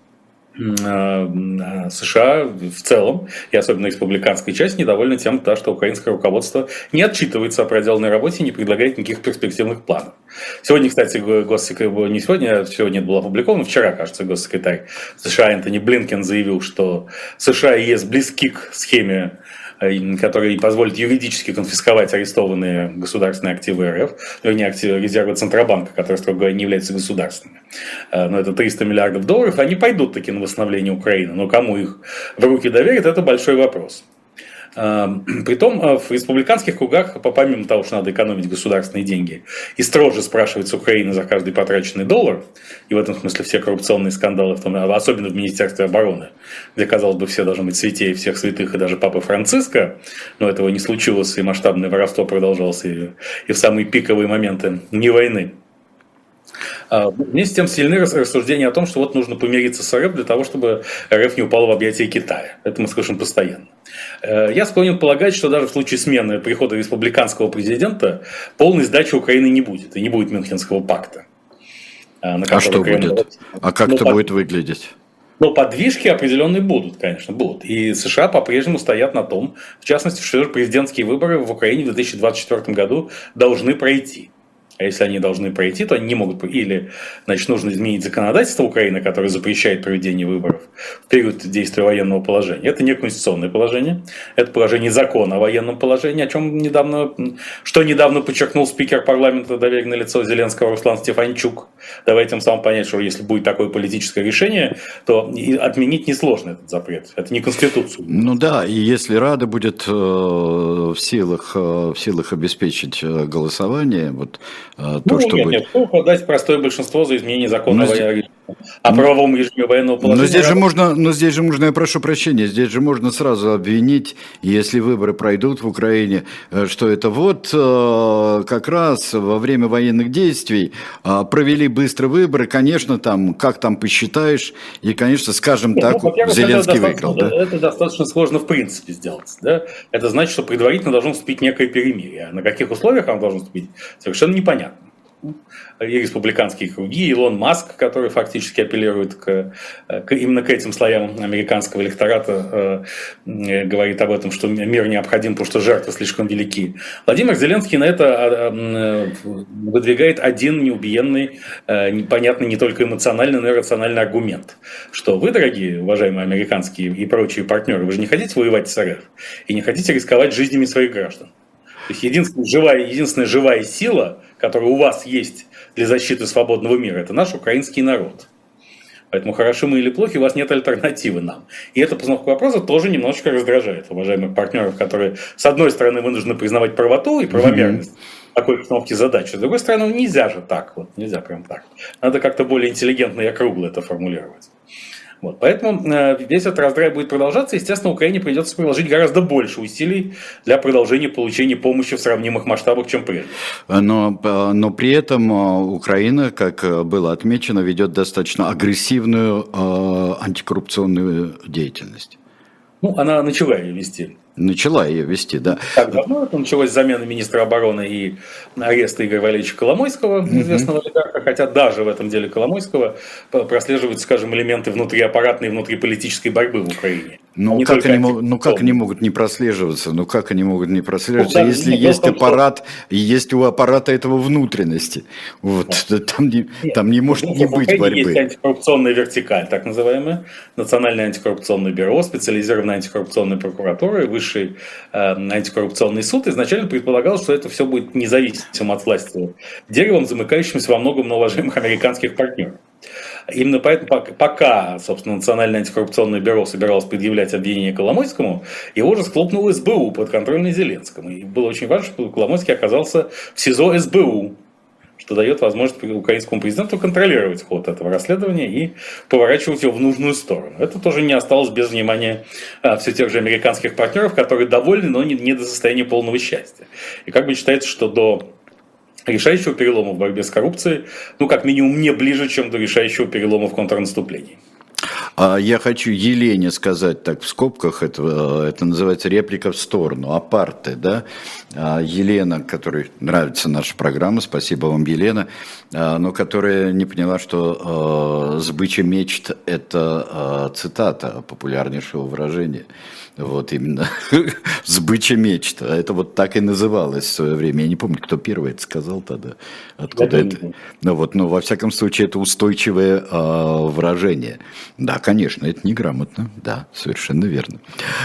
США в целом, и особенно республиканская часть, недовольны тем, что украинское руководство не отчитывается о проделанной работе и не предлагает никаких перспективных планов. Сегодня, кстати, не сегодня это было опубликовано, вчера, кажется, госсекретарь США Энтони Блинкен заявил, что США и ЕС близки к схеме, который позволит юридически конфисковать арестованные государственные активы РФ, вернее, активы резервы Центробанка, которые, строго говоря, не являются государственными. Но это $300 миллиардов, они пойдут таки на восстановление Украины, но кому их в руки доверят, это большой вопрос. Притом в республиканских кругах, помимо того, что надо экономить государственные деньги и строже спрашивать с Украины за каждый потраченный доллар, и в этом смысле все коррупционные скандалы, особенно в Министерстве обороны, где, казалось бы, все должны быть святее всех святых, и даже Папы Франциска, но этого не случилось, и масштабное воровство продолжалось и в самые пиковые моменты не войны. Вместе с тем сильны рассуждения о том, что вот нужно помириться с РФ для того, чтобы РФ не упала в объятия Китая. Это мы слышим постоянно. Я склонен полагать, что даже в случае смены прихода республиканского президента полной сдачи Украины не будет, и не будет Мюнхенского пакта. А что будет? А как это будет выглядеть? Но подвижки определенные будут, конечно, будут. И США по-прежнему стоят на том, в частности, что президентские выборы в Украине в 2024 году должны пройти. А если они должны пройти, то они не могут. Или, значит, нужно изменить законодательство Украины, которое запрещает проведение выборов в период действия военного положения. Это не конституционное положение. Это положение закона о военном положении, что недавно подчеркнул спикер парламента, доверенное лицо Зеленского Руслан Стефанчук. Давайте тем самым понять, что если будет такое политическое решение, то отменить несложно этот запрет. Это не конституция. Ну да, и если Рада будет в силах обеспечить голосование, вот то, что будет... Нет, дать простое большинство за изменение закона о военном О правовом режиме военного положения. Но здесь же можно, я прошу прощения, здесь же можно сразу обвинить, если выборы пройдут в Украине, что это вот как раз во время военных действий провели быстро выборы, конечно, там, как там посчитаешь, и, конечно, скажем так, Зеленский выиграл. Да? Это достаточно сложно в принципе сделать. Да? Это значит, что предварительно должно вступить некое перемирие. А на каких условиях оно должно вступить, совершенно непонятно. И республиканские круги, Илон Маск, который фактически апеллирует именно к этим слоям американского электората, говорит об этом, что мир необходим, потому что жертвы слишком велики. Владимир Зеленский на это выдвигает один неубиенный, непонятный не только эмоциональный, но и рациональный аргумент, что вы, дорогие, уважаемые американские и прочие партнеры, вы же не хотите воевать с РФ и не хотите рисковать жизнями своих граждан. То есть единственная живая сила, которая у вас есть для защиты свободного мира, это наш украинский народ. Поэтому хороши мы или плохи, у вас нет альтернативы нам. И эта постановка вопроса тоже немножечко раздражает уважаемых партнеров, которые, с одной стороны, вынуждены признавать правоту и правомерность такой постановки задачи, с другой стороны, нельзя же так, вот, нельзя прям так. Надо как-то более интеллигентно и округло это формулировать. Вот, поэтому весь этот раздрай будет продолжаться. Естественно, Украине придется приложить гораздо больше усилий для продолжения получения помощи в сравнимых масштабах, чем прежде. Но при этом Украина, как было отмечено, ведет достаточно агрессивную антикоррупционную деятельность. Ну, она начала ее вести. Начала ее вести, да. Так давно это началось с замены министра обороны и ареста Игоря Валерьевича Коломойского, известного олигарха, хотя даже в этом деле Коломойского прослеживаются, скажем, элементы внутриаппаратной и внутриполитической борьбы в Украине. Как они могут не прослеживаться? Если есть аппарат, и есть у аппарата этого внутренности. Вот, там не может не быть борьбы. Есть антикоррупционная вертикаль, так называемая, Национальное антикоррупционное бюро, специализированная антикоррупционная прокуратура и Высший антикоррупционный суд. Изначально предполагал, что это все будет независимым от власти деревом, замыкающимся во многом на уважаемых американских партнеров. Именно поэтому, пока, собственно, Национальное антикоррупционное бюро собиралось предъявлять обвинение Коломойскому, его уже схлопнул СБУ, подконтрольный Зеленскому. И было очень важно, что Коломойский оказался в СИЗО СБУ, что дает возможность украинскому президенту контролировать ход этого расследования и поворачивать его в нужную сторону. Это тоже не осталось без внимания все тех же американских партнеров, которые довольны, но не до состояния полного счастья. И как бы считается, что до решающего перелома в борьбе с коррупцией, как минимум не ближе, чем до решающего перелома в контрнаступлении. Я хочу Елене сказать так в скобках, это называется реплика в сторону, апарте, да. Елена, которой нравится наша программа, спасибо вам, Елена, но которая не поняла, что «сбыча мечт» – это цитата популярнейшего выражения. Вот именно «сбыча мечт». Это вот так и называлось в свое время. Я не помню, кто первый это сказал тогда. Откуда это? Но во всяком случае, это устойчивое выражение. Да, конечно, это неграмотно. Да, совершенно верно.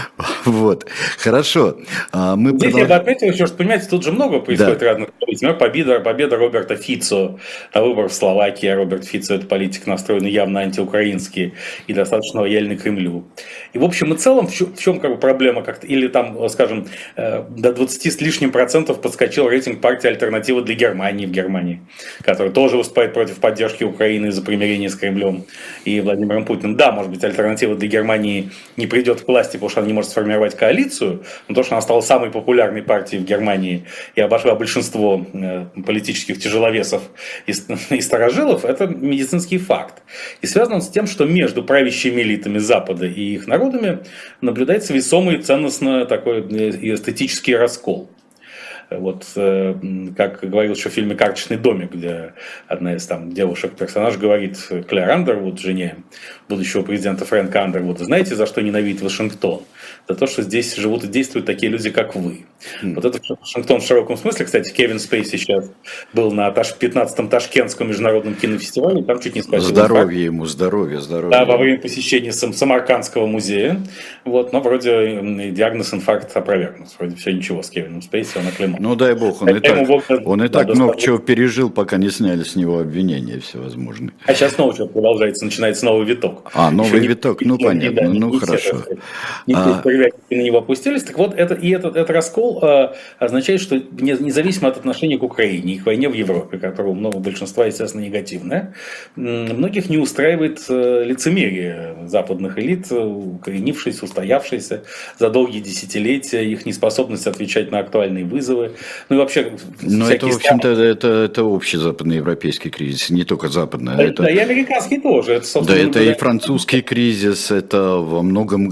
Вот, хорошо. Здесь я бы отметил еще, что, понимаете, тут же много происходит разных событий. Например, победа Роберта Фицо на выборах в Словакии. Роберт Фицо – это политик, настроенный явно антиукраинский и достаточно лояльный Кремлю. И в общем и целом, в чем проблема как-то, или там, скажем, до 20 с лишним процентов подскочил рейтинг партии «Альтернатива для Германии» в Германии, которая тоже выступает против поддержки Украины за примирение с Кремлем и Владимиром Путиным. Да, может быть, «Альтернатива для Германии» не придет к власти, потому что она не может сформировать коалицию, но то, что она стала самой популярной партией в Германии и обошла большинство политических тяжеловесов и старожилов, это медицинский факт. И связано с тем, что между правящими элитами Запада и их народами наблюдается весомый ценностно такой эстетический раскол. Вот, как говорил еще в фильме «Карточный домик», где одна из там девушек-персонаж говорит Клэр Андервуд, жене будущего президента Фрэнка Андервуда: знаете, за что ненавидит Вашингтон? За то, что здесь живут и действуют такие люди, как вы. Вот это Вашингтон в широком смысле. Кстати, Кевин Спейси сейчас был на 15-м Ташкентском международном кинофестивале, там чуть не схватил здоровье ему, здоровье. Да, во время посещения Самаркандского музея. Вот, но вроде диагноз инфаркт опровергнут. Вроде все ничего с Кевином Спейси, он оклемал. Ну дай бог, он и так много чего пережил, пока не сняли с него обвинения всевозможные. А сейчас снова что-то продолжается, начинается новый виток. Новый виток, понятно, хорошо. привязки на него опустились. Так вот, этот раскол означает, что независимо от отношения к Украине и к войне в Европе, которая у многого большинства, естественно, негативная, многих не устраивает лицемерие западных элит, укоренившееся, устоявшееся за долгие десятилетия, их неспособность отвечать на актуальные вызовы. Ну и вообще... Но это, в общем-то, это общий западноевропейский кризис, не только западный. Да, и американский тоже. Это и французский кризис, это во многом,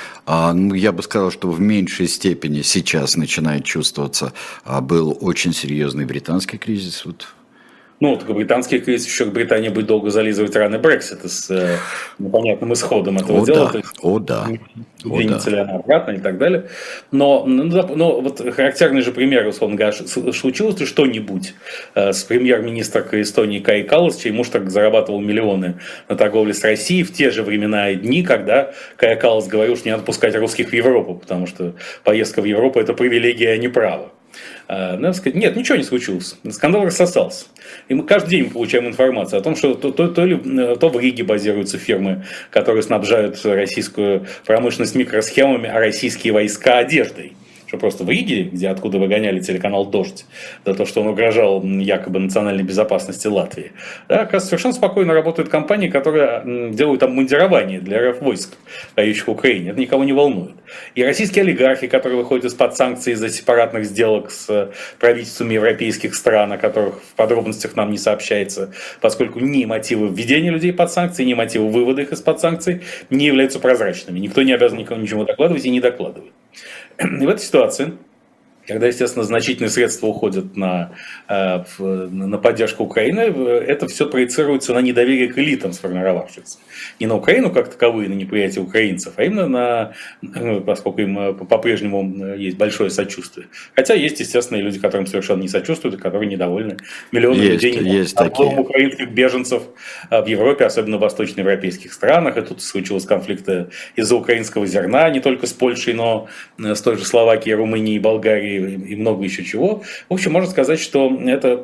я бы сказал, что в меньшей степени сейчас начинает чувствоваться, был очень серьезный британский кризис. Ну, только британский кризис, еще Британия будет долго зализывать раны Брексита с непонятным исходом этого дела. Двинется ли она обратно и так далее. Но вот характерный же пример, условно говоря, случилось ли что-нибудь с премьер-министром Эстонии Каи Каллас, чей муж так зарабатывал миллионы на торговле с Россией в те же времена и дни, когда Каи Каллас говорил, что не надо пускать русских в Европу, потому что поездка в Европу – это привилегия, а не право. Надо сказать, нет, ничего не случилось. Скандал рассосался. И мы каждый день получаем информацию о том, что то в Риге базируются фирмы, которые снабжают российскую промышленность микросхемами, а российские войска одеждой. Что просто в Риге, откуда выгоняли телеканал «Дождь», за то, что он угрожал якобы национальной безопасности Латвии. Да, оказывается, совершенно спокойно работают компании, которые делают обмундирование для РФ-войск, воюющих в Украине. Это никого не волнует. И российские олигархи, которые выходят из-под санкций из-за сепаратных сделок с правительствами европейских стран, о которых в подробностях нам не сообщается, поскольку ни мотивы введения людей под санкции, ни мотивы вывода их из-под санкций не являются прозрачными. Никто не обязан никому ничего докладывать и не докладывает. И в этой ситуации, когда, естественно, значительные средства уходят на поддержку Украины, это все проецируется на недоверие к элитам сформировавшихся. Не на Украину как таковую, на неприятие украинцев, а именно поскольку им по-прежнему есть большое сочувствие. Хотя есть, естественно, и люди, которым совершенно не сочувствуют, и которые недовольны. Миллионы людей украинских беженцев в Европе, особенно в восточноевропейских странах. И тут случилось конфликты из-за украинского зерна, не только с Польшей, но с той же Словакией, Румынией, Болгарией и много еще чего. В общем, можно сказать, что эта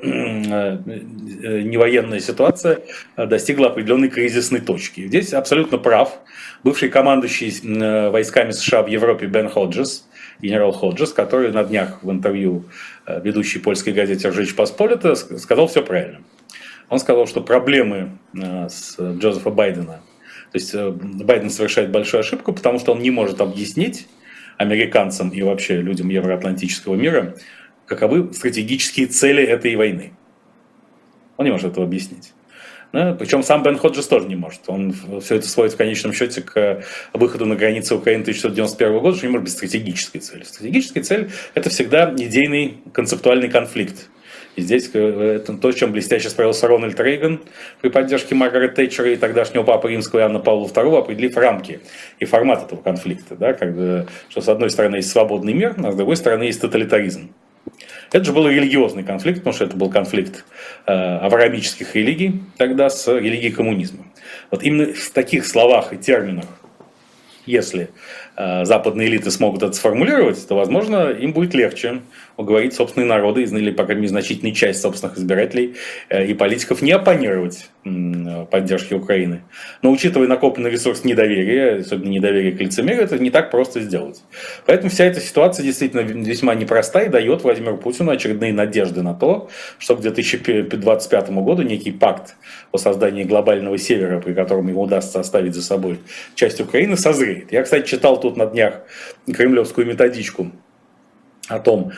невоенная ситуация достигла определенной кризисной точки. Здесь абсолютно прав бывший командующий войсками США в Европе Бен Ходжес, генерал Ходжес, который на днях в интервью ведущей польской газете «Rzecz Pospolita» сказал все правильно. Он сказал, что проблемы с Джозефа Байдена, то есть Байден совершает большую ошибку, потому что он не может объяснить американцам и вообще людям евроатлантического мира, каковы стратегические цели этой войны. Он не может этого объяснить. Да? Причем сам Бен Ходжес тоже не может. Он все это сводит в конечном счете к выходу на границы Украины 1991 года, что не может быть стратегической целью. Стратегическая цель – это всегда идейный концептуальный конфликт. И здесь это то, с чем блестяще справился Рональд Рейган при поддержке Маргарет Тэтчера и тогдашнего папы римского Иоанна Павла II, определив рамки и формат этого конфликта. Да, что с одной стороны есть свободный мир, а с другой стороны есть тоталитаризм. Это же был религиозный конфликт, потому что это был конфликт авраамических религий тогда с религией коммунизма. Вот именно в таких словах и терминах, если западные элиты смогут это сформулировать, то, возможно, им будет легче уговорить собственные народы, или, по крайней мере, значительную часть собственных избирателей и политиков не оппонировать поддержке Украины. Но, учитывая накопленный ресурс недоверия, особенно недоверие к лицемерию, это не так просто сделать. Поэтому вся эта ситуация действительно весьма непростая и дает Владимиру Путину очередные надежды на то, что к 2025 году некий пакт о создании глобального севера, при котором ему удастся оставить за собой часть Украины, созреет. Я, кстати, читал тут на днях кремлевскую методичку о том,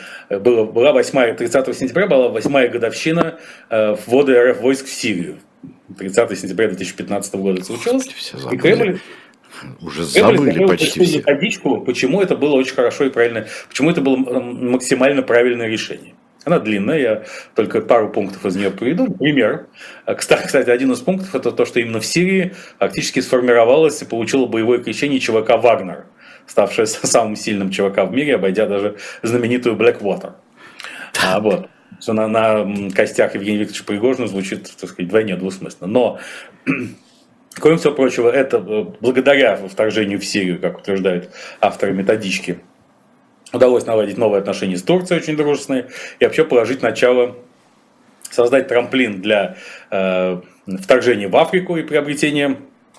30 сентября была 8-я годовщина ввода РФ войск в Сирию. 30 сентября 2015 года это случилось. И Кремль уже забыли почти все. Методичку, почему это было очень хорошо и правильно, почему это было максимально правильное решение. Она длинная, я только пару пунктов из нее приведу. Например, кстати, один из пунктов это то, что именно в Сирии фактически сформировалось и получило боевое крещение ЧВК «Вагнер», ставшая самым сильным ЧВК в мире, обойдя даже знаменитую Blackwater. Вот. Что на костях Евгения Викторовича Пригожина звучит, так сказать, вдвойне двусмысленно. Но, кроме всего прочего, это благодаря вторжению в Сирию, как утверждают авторы методички, удалось наладить новые отношения с Турцией, очень дружественные, и вообще положить начало, создать трамплин для вторжения в Африку и приобретения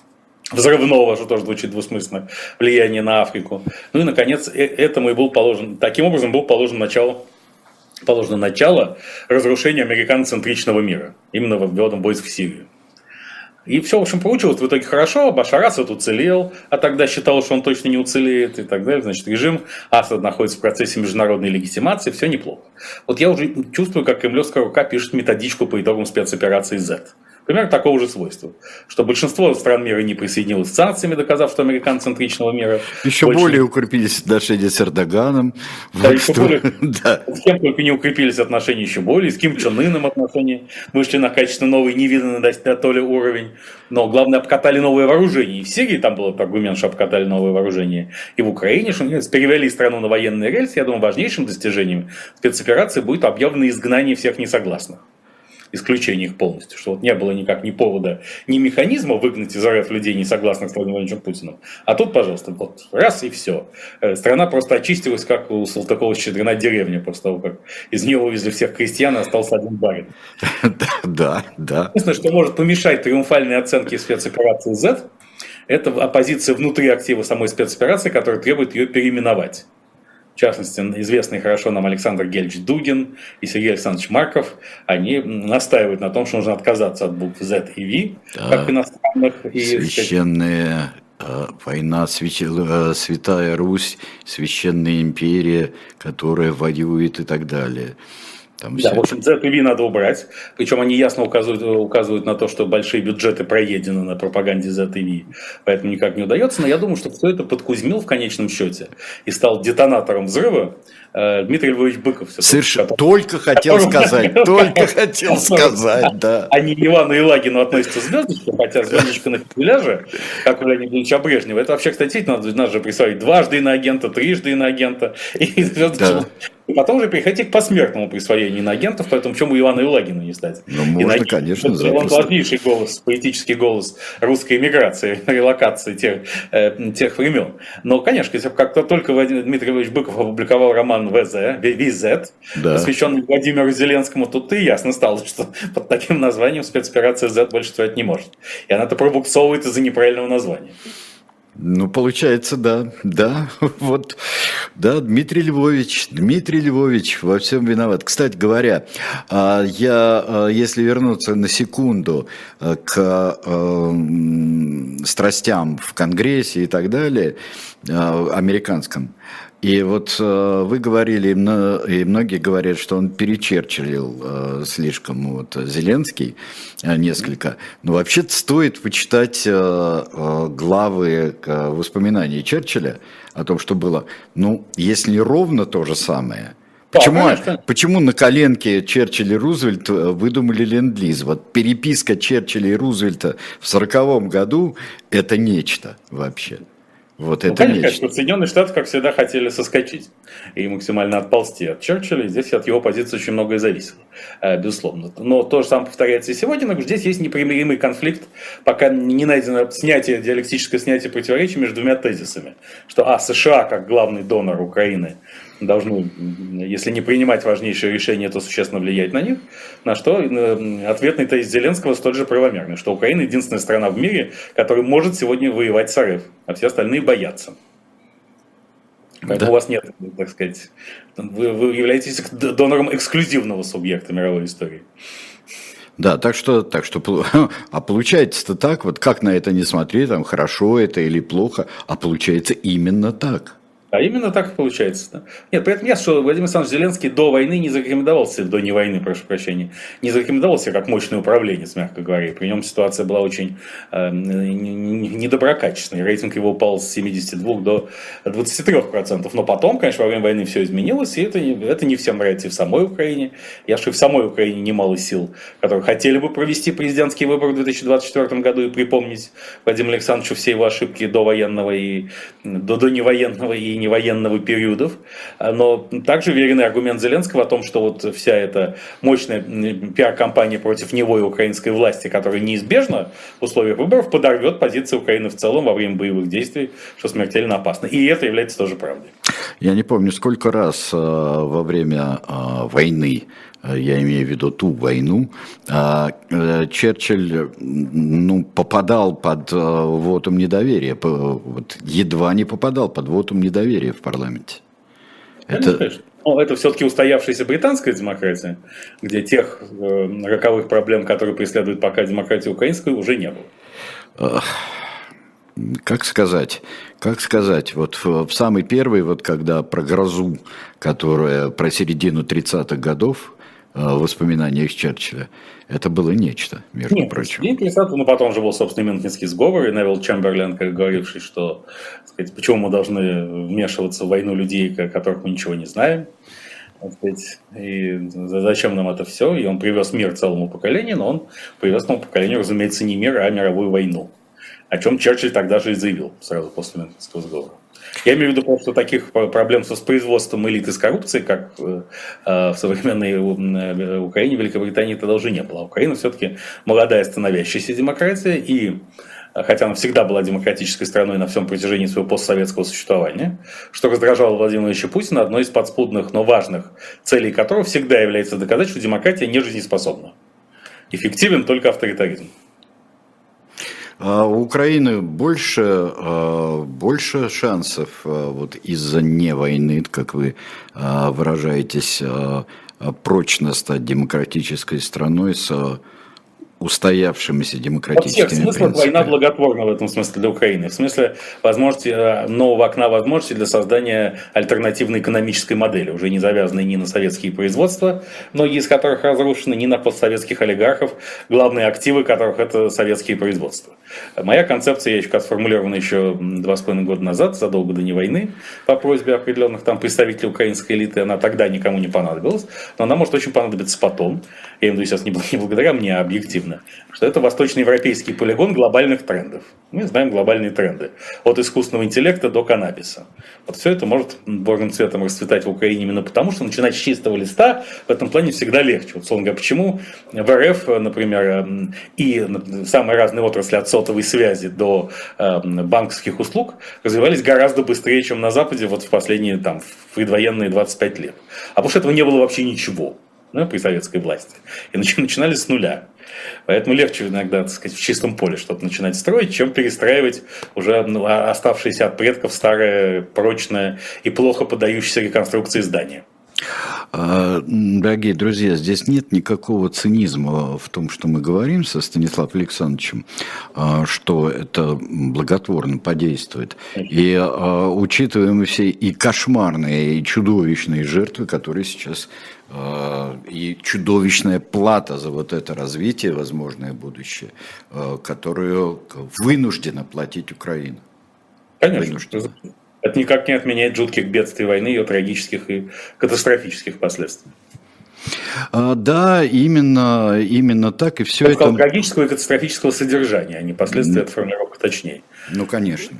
взрывного, что тоже звучит двусмысленно, влияния на Африку. Ну и, наконец, этому и был положен, таким образом был положено начало разрушения американоцентричного мира, именно вводом войск в Сирию. И все, в общем, получилось в итоге хорошо. Башар Асад уцелел, а тогда считал, что он точно не уцелеет и так далее. Значит, режим Асада находится в процессе международной легитимации, все неплохо. Вот я уже чувствую, как кремлевская рука пишет методичку по итогам спецоперации Z. Примерно такого же свойства. Что большинство стран мира не присоединилось к санкциями, доказав, что американо-центричного мира... Еще более укрепились отношения с Эрдоганом. Да, еще более... С кем только не укрепились отношения еще более. С Ким Чен Ыном отношения вышли на качественно новый, невиданный до то ли уровень. Но главное, обкатали новое вооружение. И в Сирии там был аргумент, что обкатали новое вооружение. И в Украине, что перевели страну на военные рельсы. Я думаю, важнейшим достижением спецоперации будет объявлено изгнание всех несогласных. Исключение их полностью, что вот не было никак ни повода, ни механизма выгнать из РФ людей, не согласных с Владимиром Владимировичем Путиным. А тут, пожалуйста, вот раз и все. Страна просто очистилась, как у Салтыкова-Щедрина деревня, после того, как из нее вывезли всех крестьян, и остался один барин. Да. Единственное, что может помешать триумфальной оценке спецоперации Z, это оппозиция внутри актива самой спецоперации, которая требует ее переименовать. В частности, известный хорошо нам Александр Гельевич Дугин и Сергей Александрович Марков, они настаивают на том, что нужно отказаться от букв Z и V, как иностранных. Священная война, Святая Русь, Священная империя, которая воюет и так далее. Там да, в общем, Z и V надо убрать. Причем они ясно указывают на то, что большие бюджеты проедены на пропаганде Z и V. Поэтому никак не удается. Но я думаю, что все это подкузмил в конечном счете и стал детонатором взрыва Дмитрий Львович Быков. Совершенно. Только хотел сказать, да. А не Ивану Елагину относится звездочка, хотя звездочка на фюзеляже, как у Леонида Ильича Брежнева. Это вообще, кстати, надо же присвоить дважды иноагента, трижды иноагента. И звездочка. И потом уже переходить к посмертному присвоению иноагентов, поэтому почему Ивану Елагину не стать? Ну, можно, конечно, Он важнейший голос, поэтический голос русской эмиграции, релокации тех времен. Но, конечно, если как только Дмитрий Львович Быков опубликовал роман VZ, посвященный Владимиру Зеленскому, тут и ясно стало, что под таким названием спецоперация Z больше стоять не может. И она-то пробуксовывает из-за неправильного названия. Ну, получается, да, вот, да, Дмитрий Львович во всем виноват. Кстати говоря, если вернуться на секунду к страстям в Конгрессе и так далее, американском, и вот вы говорили, и многие говорят, что он перечерчилил слишком Зеленский несколько. Но вообще-то стоит почитать главы воспоминаний Черчилля о том, что было, если не ровно то же самое. Почему на коленке Черчилля и Рузвельт выдумали ленд-лиз? Вот переписка Черчилля и Рузвельта в 1940 году – это нечто вообще. Вот это конечно, Соединенные Штаты, как всегда, хотели соскочить и максимально отползти от Черчилля. Здесь от его позиции очень многое зависело, безусловно. Но то же самое повторяется и сегодня. Но здесь есть непримиримый конфликт, пока не найдено диалектическое снятие противоречий между двумя тезисами. Что США, как главный донор Украины, должны, если не принимать важнейшие решения, то существенно влиять на них. На что ответный тезис Зеленского столь же правомерный, что Украина единственная страна в мире, которая может сегодня воевать с РФ, а все остальные боятся. Поэтому у вас нет, так сказать, вы являетесь донором эксклюзивного субъекта мировой истории. Да, так что, а получается-то так, вот как на это не смотри, там хорошо это или плохо, а получается именно так. А именно так и получается. Да? Нет, при этом ясно, что Владимир Александрович Зеленский до войны не зарекомендовался, до не войны, прошу прощения, не зарекомендовался как мощный управленец, мягко говоря. При нем ситуация была очень недоброкачественной. Рейтинг его упал с 72 до 23%. Но потом, конечно, во время войны все изменилось, и это не всем нравится и в самой Украине. Я что и в самой Украине немало сил, которые хотели бы провести президентские выборы в 2024 году и припомнить Владимиру Александровичу все его ошибки до военного и до невоенного и невоенного периодов, но также веренный аргумент Зеленского о том, что вот вся эта мощная пиар-кампания против него и украинской власти, которая неизбежна в условиях выборов, подорвет позиции Украины в целом во время боевых действий, что смертельно опасно. И это является тоже правдой. Я не помню, сколько раз во время войны, я имею в виду ту войну, Черчилль попадал под вотум недоверия, едва не попадал под вотум недоверия в парламенте. Это все-таки устоявшаяся британская демократия, где тех роковых проблем, которые преследуют пока демократию украинскую, уже не было. Как сказать, вот в самый первый, вот когда про грозу, которая про середину 30-х годов, в воспоминаниях Черчилля, это было нечто, между прочим. Потом же был, собственно, Мюнхенский сговор, и Невилл Чемберлен, говоривший, что, сказать, почему мы должны вмешиваться в войну людей, о которых мы ничего не знаем, и зачем нам это все, и он привез мир целому поколению, но он привез этому поколению, разумеется, не мир, а мировую войну. О чем Черчилль тогда же и заявил, сразу после Мюнхенского сговора. Я имею в виду, что таких проблем с воспроизводством элит и с коррупцией, как в современной Украине, Великобритании, тогда уже не было. А Украина все-таки молодая становящаяся демократия, и хотя она всегда была демократической страной на всем протяжении своего постсоветского существования, что раздражало Владимира Владимировича Путина, одной из подспудных, но важных целей которого всегда является доказать, что демократия не жизнеспособна. Эффективен только авторитаризм. А у Украины больше шансов вот из-за не войны, как вы выражаетесь, прочно стать демократической страной с устоявшимися демократическими принципами. Во всех смыслах война благотворна в этом смысле для Украины. В смысле возможности, нового окна возможностей для создания альтернативной экономической модели, уже не завязанной ни на советские производства, многие из которых разрушены, ни на постсоветских олигархов, главные активы которых это советские производства. Моя концепция, я сформулирована еще 2,5 года назад, задолго до войны, по просьбе определенных там представителей украинской элиты, она тогда никому не понадобилась, но она может очень понадобиться потом. Я имею в виду сейчас не благодаря мне, а объективно. Что это восточноевропейский полигон глобальных трендов. Мы знаем глобальные тренды. От искусственного интеллекта до каннабиса. Вот все это может бурным цветом расцветать в Украине именно потому, что начинать с чистого листа в этом плане всегда легче. Вот, словно говоря, почему в РФ, например, и самые разные отрасли от сотовой связи до банковских услуг развивались гораздо быстрее, чем на Западе вот в последние в предвоенные 25 лет. А потому что этого не было вообще ничего. При советской власти. И начинали с нуля. Поэтому легче иногда, так сказать, в чистом поле что-то начинать строить, чем перестраивать уже оставшиеся от предков старое, прочное и плохо поддающееся реконструкции здания. Дорогие друзья, здесь нет никакого цинизма в том, что мы говорим со Станиславом Александровичем, что это благотворно подействует. И учитываем все и кошмарные, и чудовищные жертвы, которые сейчас, и чудовищная плата за вот это развитие, возможное будущее, которую вынуждена платить Украина. Конечно. Вынуждена. Это никак не отменяет жутких бедствий войны, ее трагических и катастрофических последствий. Да, именно так, и все это... Трагического и катастрофического содержания, а не последствия от формулировки точнее. Ну, конечно.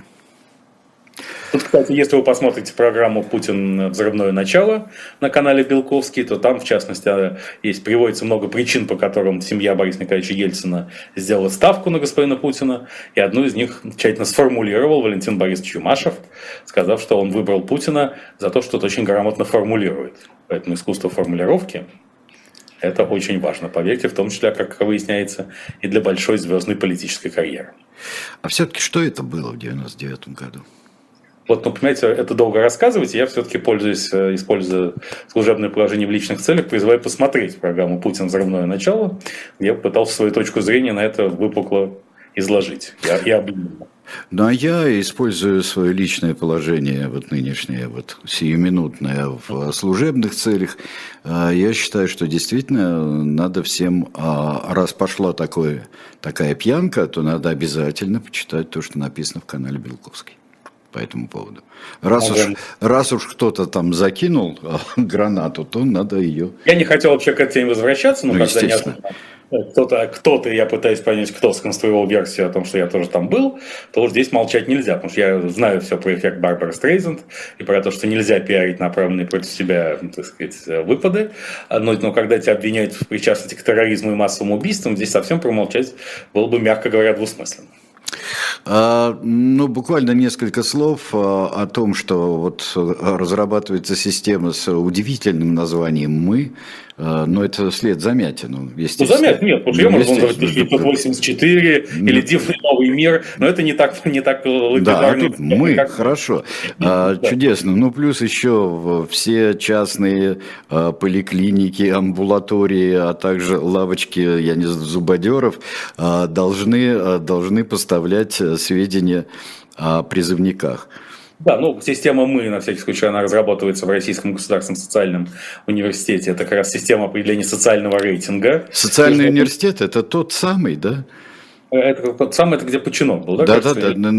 Тут, кстати, если вы посмотрите программу «Путин. Взрывное начало» на канале Белковский, то там, в частности, приводится много причин, по которым семья Бориса Николаевича Ельцина сделала ставку на господина Путина. И одну из них тщательно сформулировал Валентин Борисович Юмашев, сказав, что он выбрал Путина за то, что тот очень грамотно формулирует. Поэтому искусство формулировки – это очень важно, поверьте, в том числе, как выясняется, и для большой звездной политической карьеры. А все-таки что это было в 1999 году? Вот, понимаете, это долго рассказывать, и я все-таки, используя служебное положение в личных целях, призываю посмотреть программу «Путин. Взрывное начало», где я пытался свою точку зрения на это выпукло изложить. Я объяснил. Ну, а я использую свое личное положение, вот нынешнее, вот сиюминутное в служебных целях. Я считаю, что действительно надо всем, раз пошла такая пьянка, то надо обязательно почитать то, что написано в канале Белковский по этому поводу. Раз уж кто-то там закинул гранату, то надо ее... Я не хотел вообще к этой теме возвращаться, но когда кто-то, я пытаюсь понять, кто сконструировал версию о том, что я тоже там был, то уж здесь молчать нельзя, потому что я знаю все про эффект Барбары Стрейзанд и про то, что нельзя пиарить направленные против себя, так сказать, выпады, но когда тебя обвиняют в причастности к терроризму и массовым убийствам, здесь совсем промолчать было бы, мягко говоря, двусмысленно. Ну, буквально несколько слов о том, что вот разрабатывается система с удивительным названием «Мы», но это вслед за Мятину, естественно. Ну, Замятин нет, потому что я могу назвать 1984 или «Дивный новый мир», но это не так лапидарно. Да, а тут «Мы», хорошо, чудесно. Ну, плюс еще все частные поликлиники, амбулатории, а также лавочки, я не знаю, зубодеров должны поставлять сведения о призывниках. Да, ну, система «Мы», на всякий случай, она разрабатывается в Российском государственном социальном университете. Это как раз система определения социального рейтинга. Социальный университет – это тот самый, да? Это тот самый, это где Починок был, да? Да.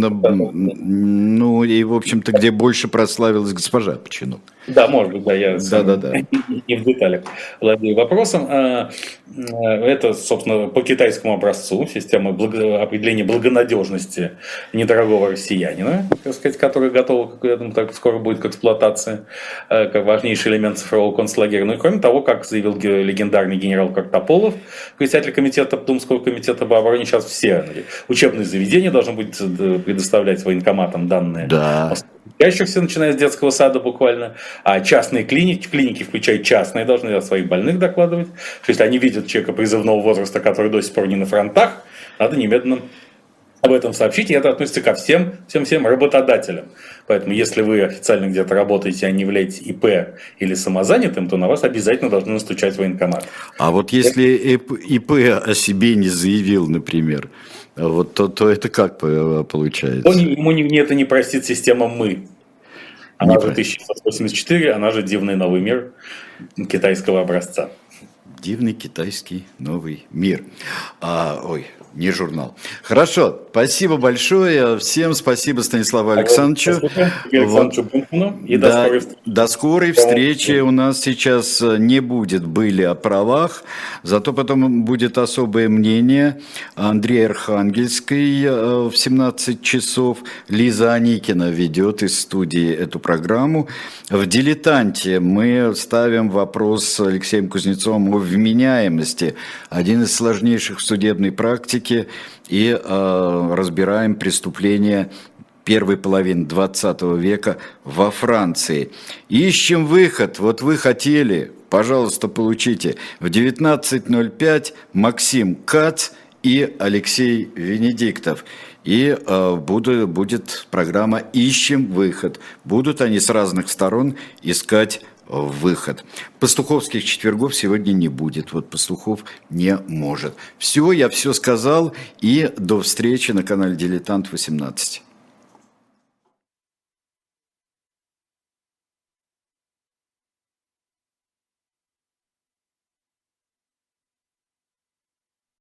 Ну, и, в общем-то, где больше прославилась госпожа Починок. Да, может быть, да, я Да. не в деталях владею вопросом. Это, собственно, по китайскому образцу система определения благонадежности недорогого россиянина, так сказать, который готов, я думаю, так скоро будет к эксплуатации, как важнейший элемент цифрового концлагеря. Ну и кроме того, как заявил легендарный генерал Картополов, председатель Думского комитета по обороне, сейчас все учебные заведения должны будут предоставлять военкоматам данные. Да. Учащихся, начиная с детского сада буквально, а частные клиники, включая частные, должны о своих больных докладывать. То есть, если они видят человека призывного возраста, который до сих пор не на фронтах, надо немедленно об этом сообщить, и это относится ко всем работодателям. Поэтому, если вы официально где-то работаете, а не являетесь ИП или самозанятым, то на вас обязательно должны настучать военкомат. А вот если ИП о себе не заявил, например, вот то это как получается? Ему это не простит система «Мы». Она же 1984, она же «Дивный новый мир» китайского образца. Дивный китайский новый мир. Не журнал. Хорошо, спасибо большое. Всем спасибо Станиславу Александровичу. И до скорой встречи. У нас сейчас не будет «Были о правах», зато потом будет особое мнение Андрея Архангельской в 17 часов. Лиза Аникина ведет из студии эту программу. В «Дилетанте» мы ставим вопрос с Алексеем Кузнецовым о вменяемости. Один из сложнейших в судебной практике. И разбираем преступления первой половины 20 века во Франции. Ищем выход. Вот вы хотели, пожалуйста, получите. В 19:05 Максим Кац и Алексей Венедиктов. И будет программа «Ищем выход». Будут они с разных сторон искать выход. Пастуховских четвергов сегодня не будет. Вот Пастухов не может. Все, я все сказал. И до встречи на канале «Дилетант» 18.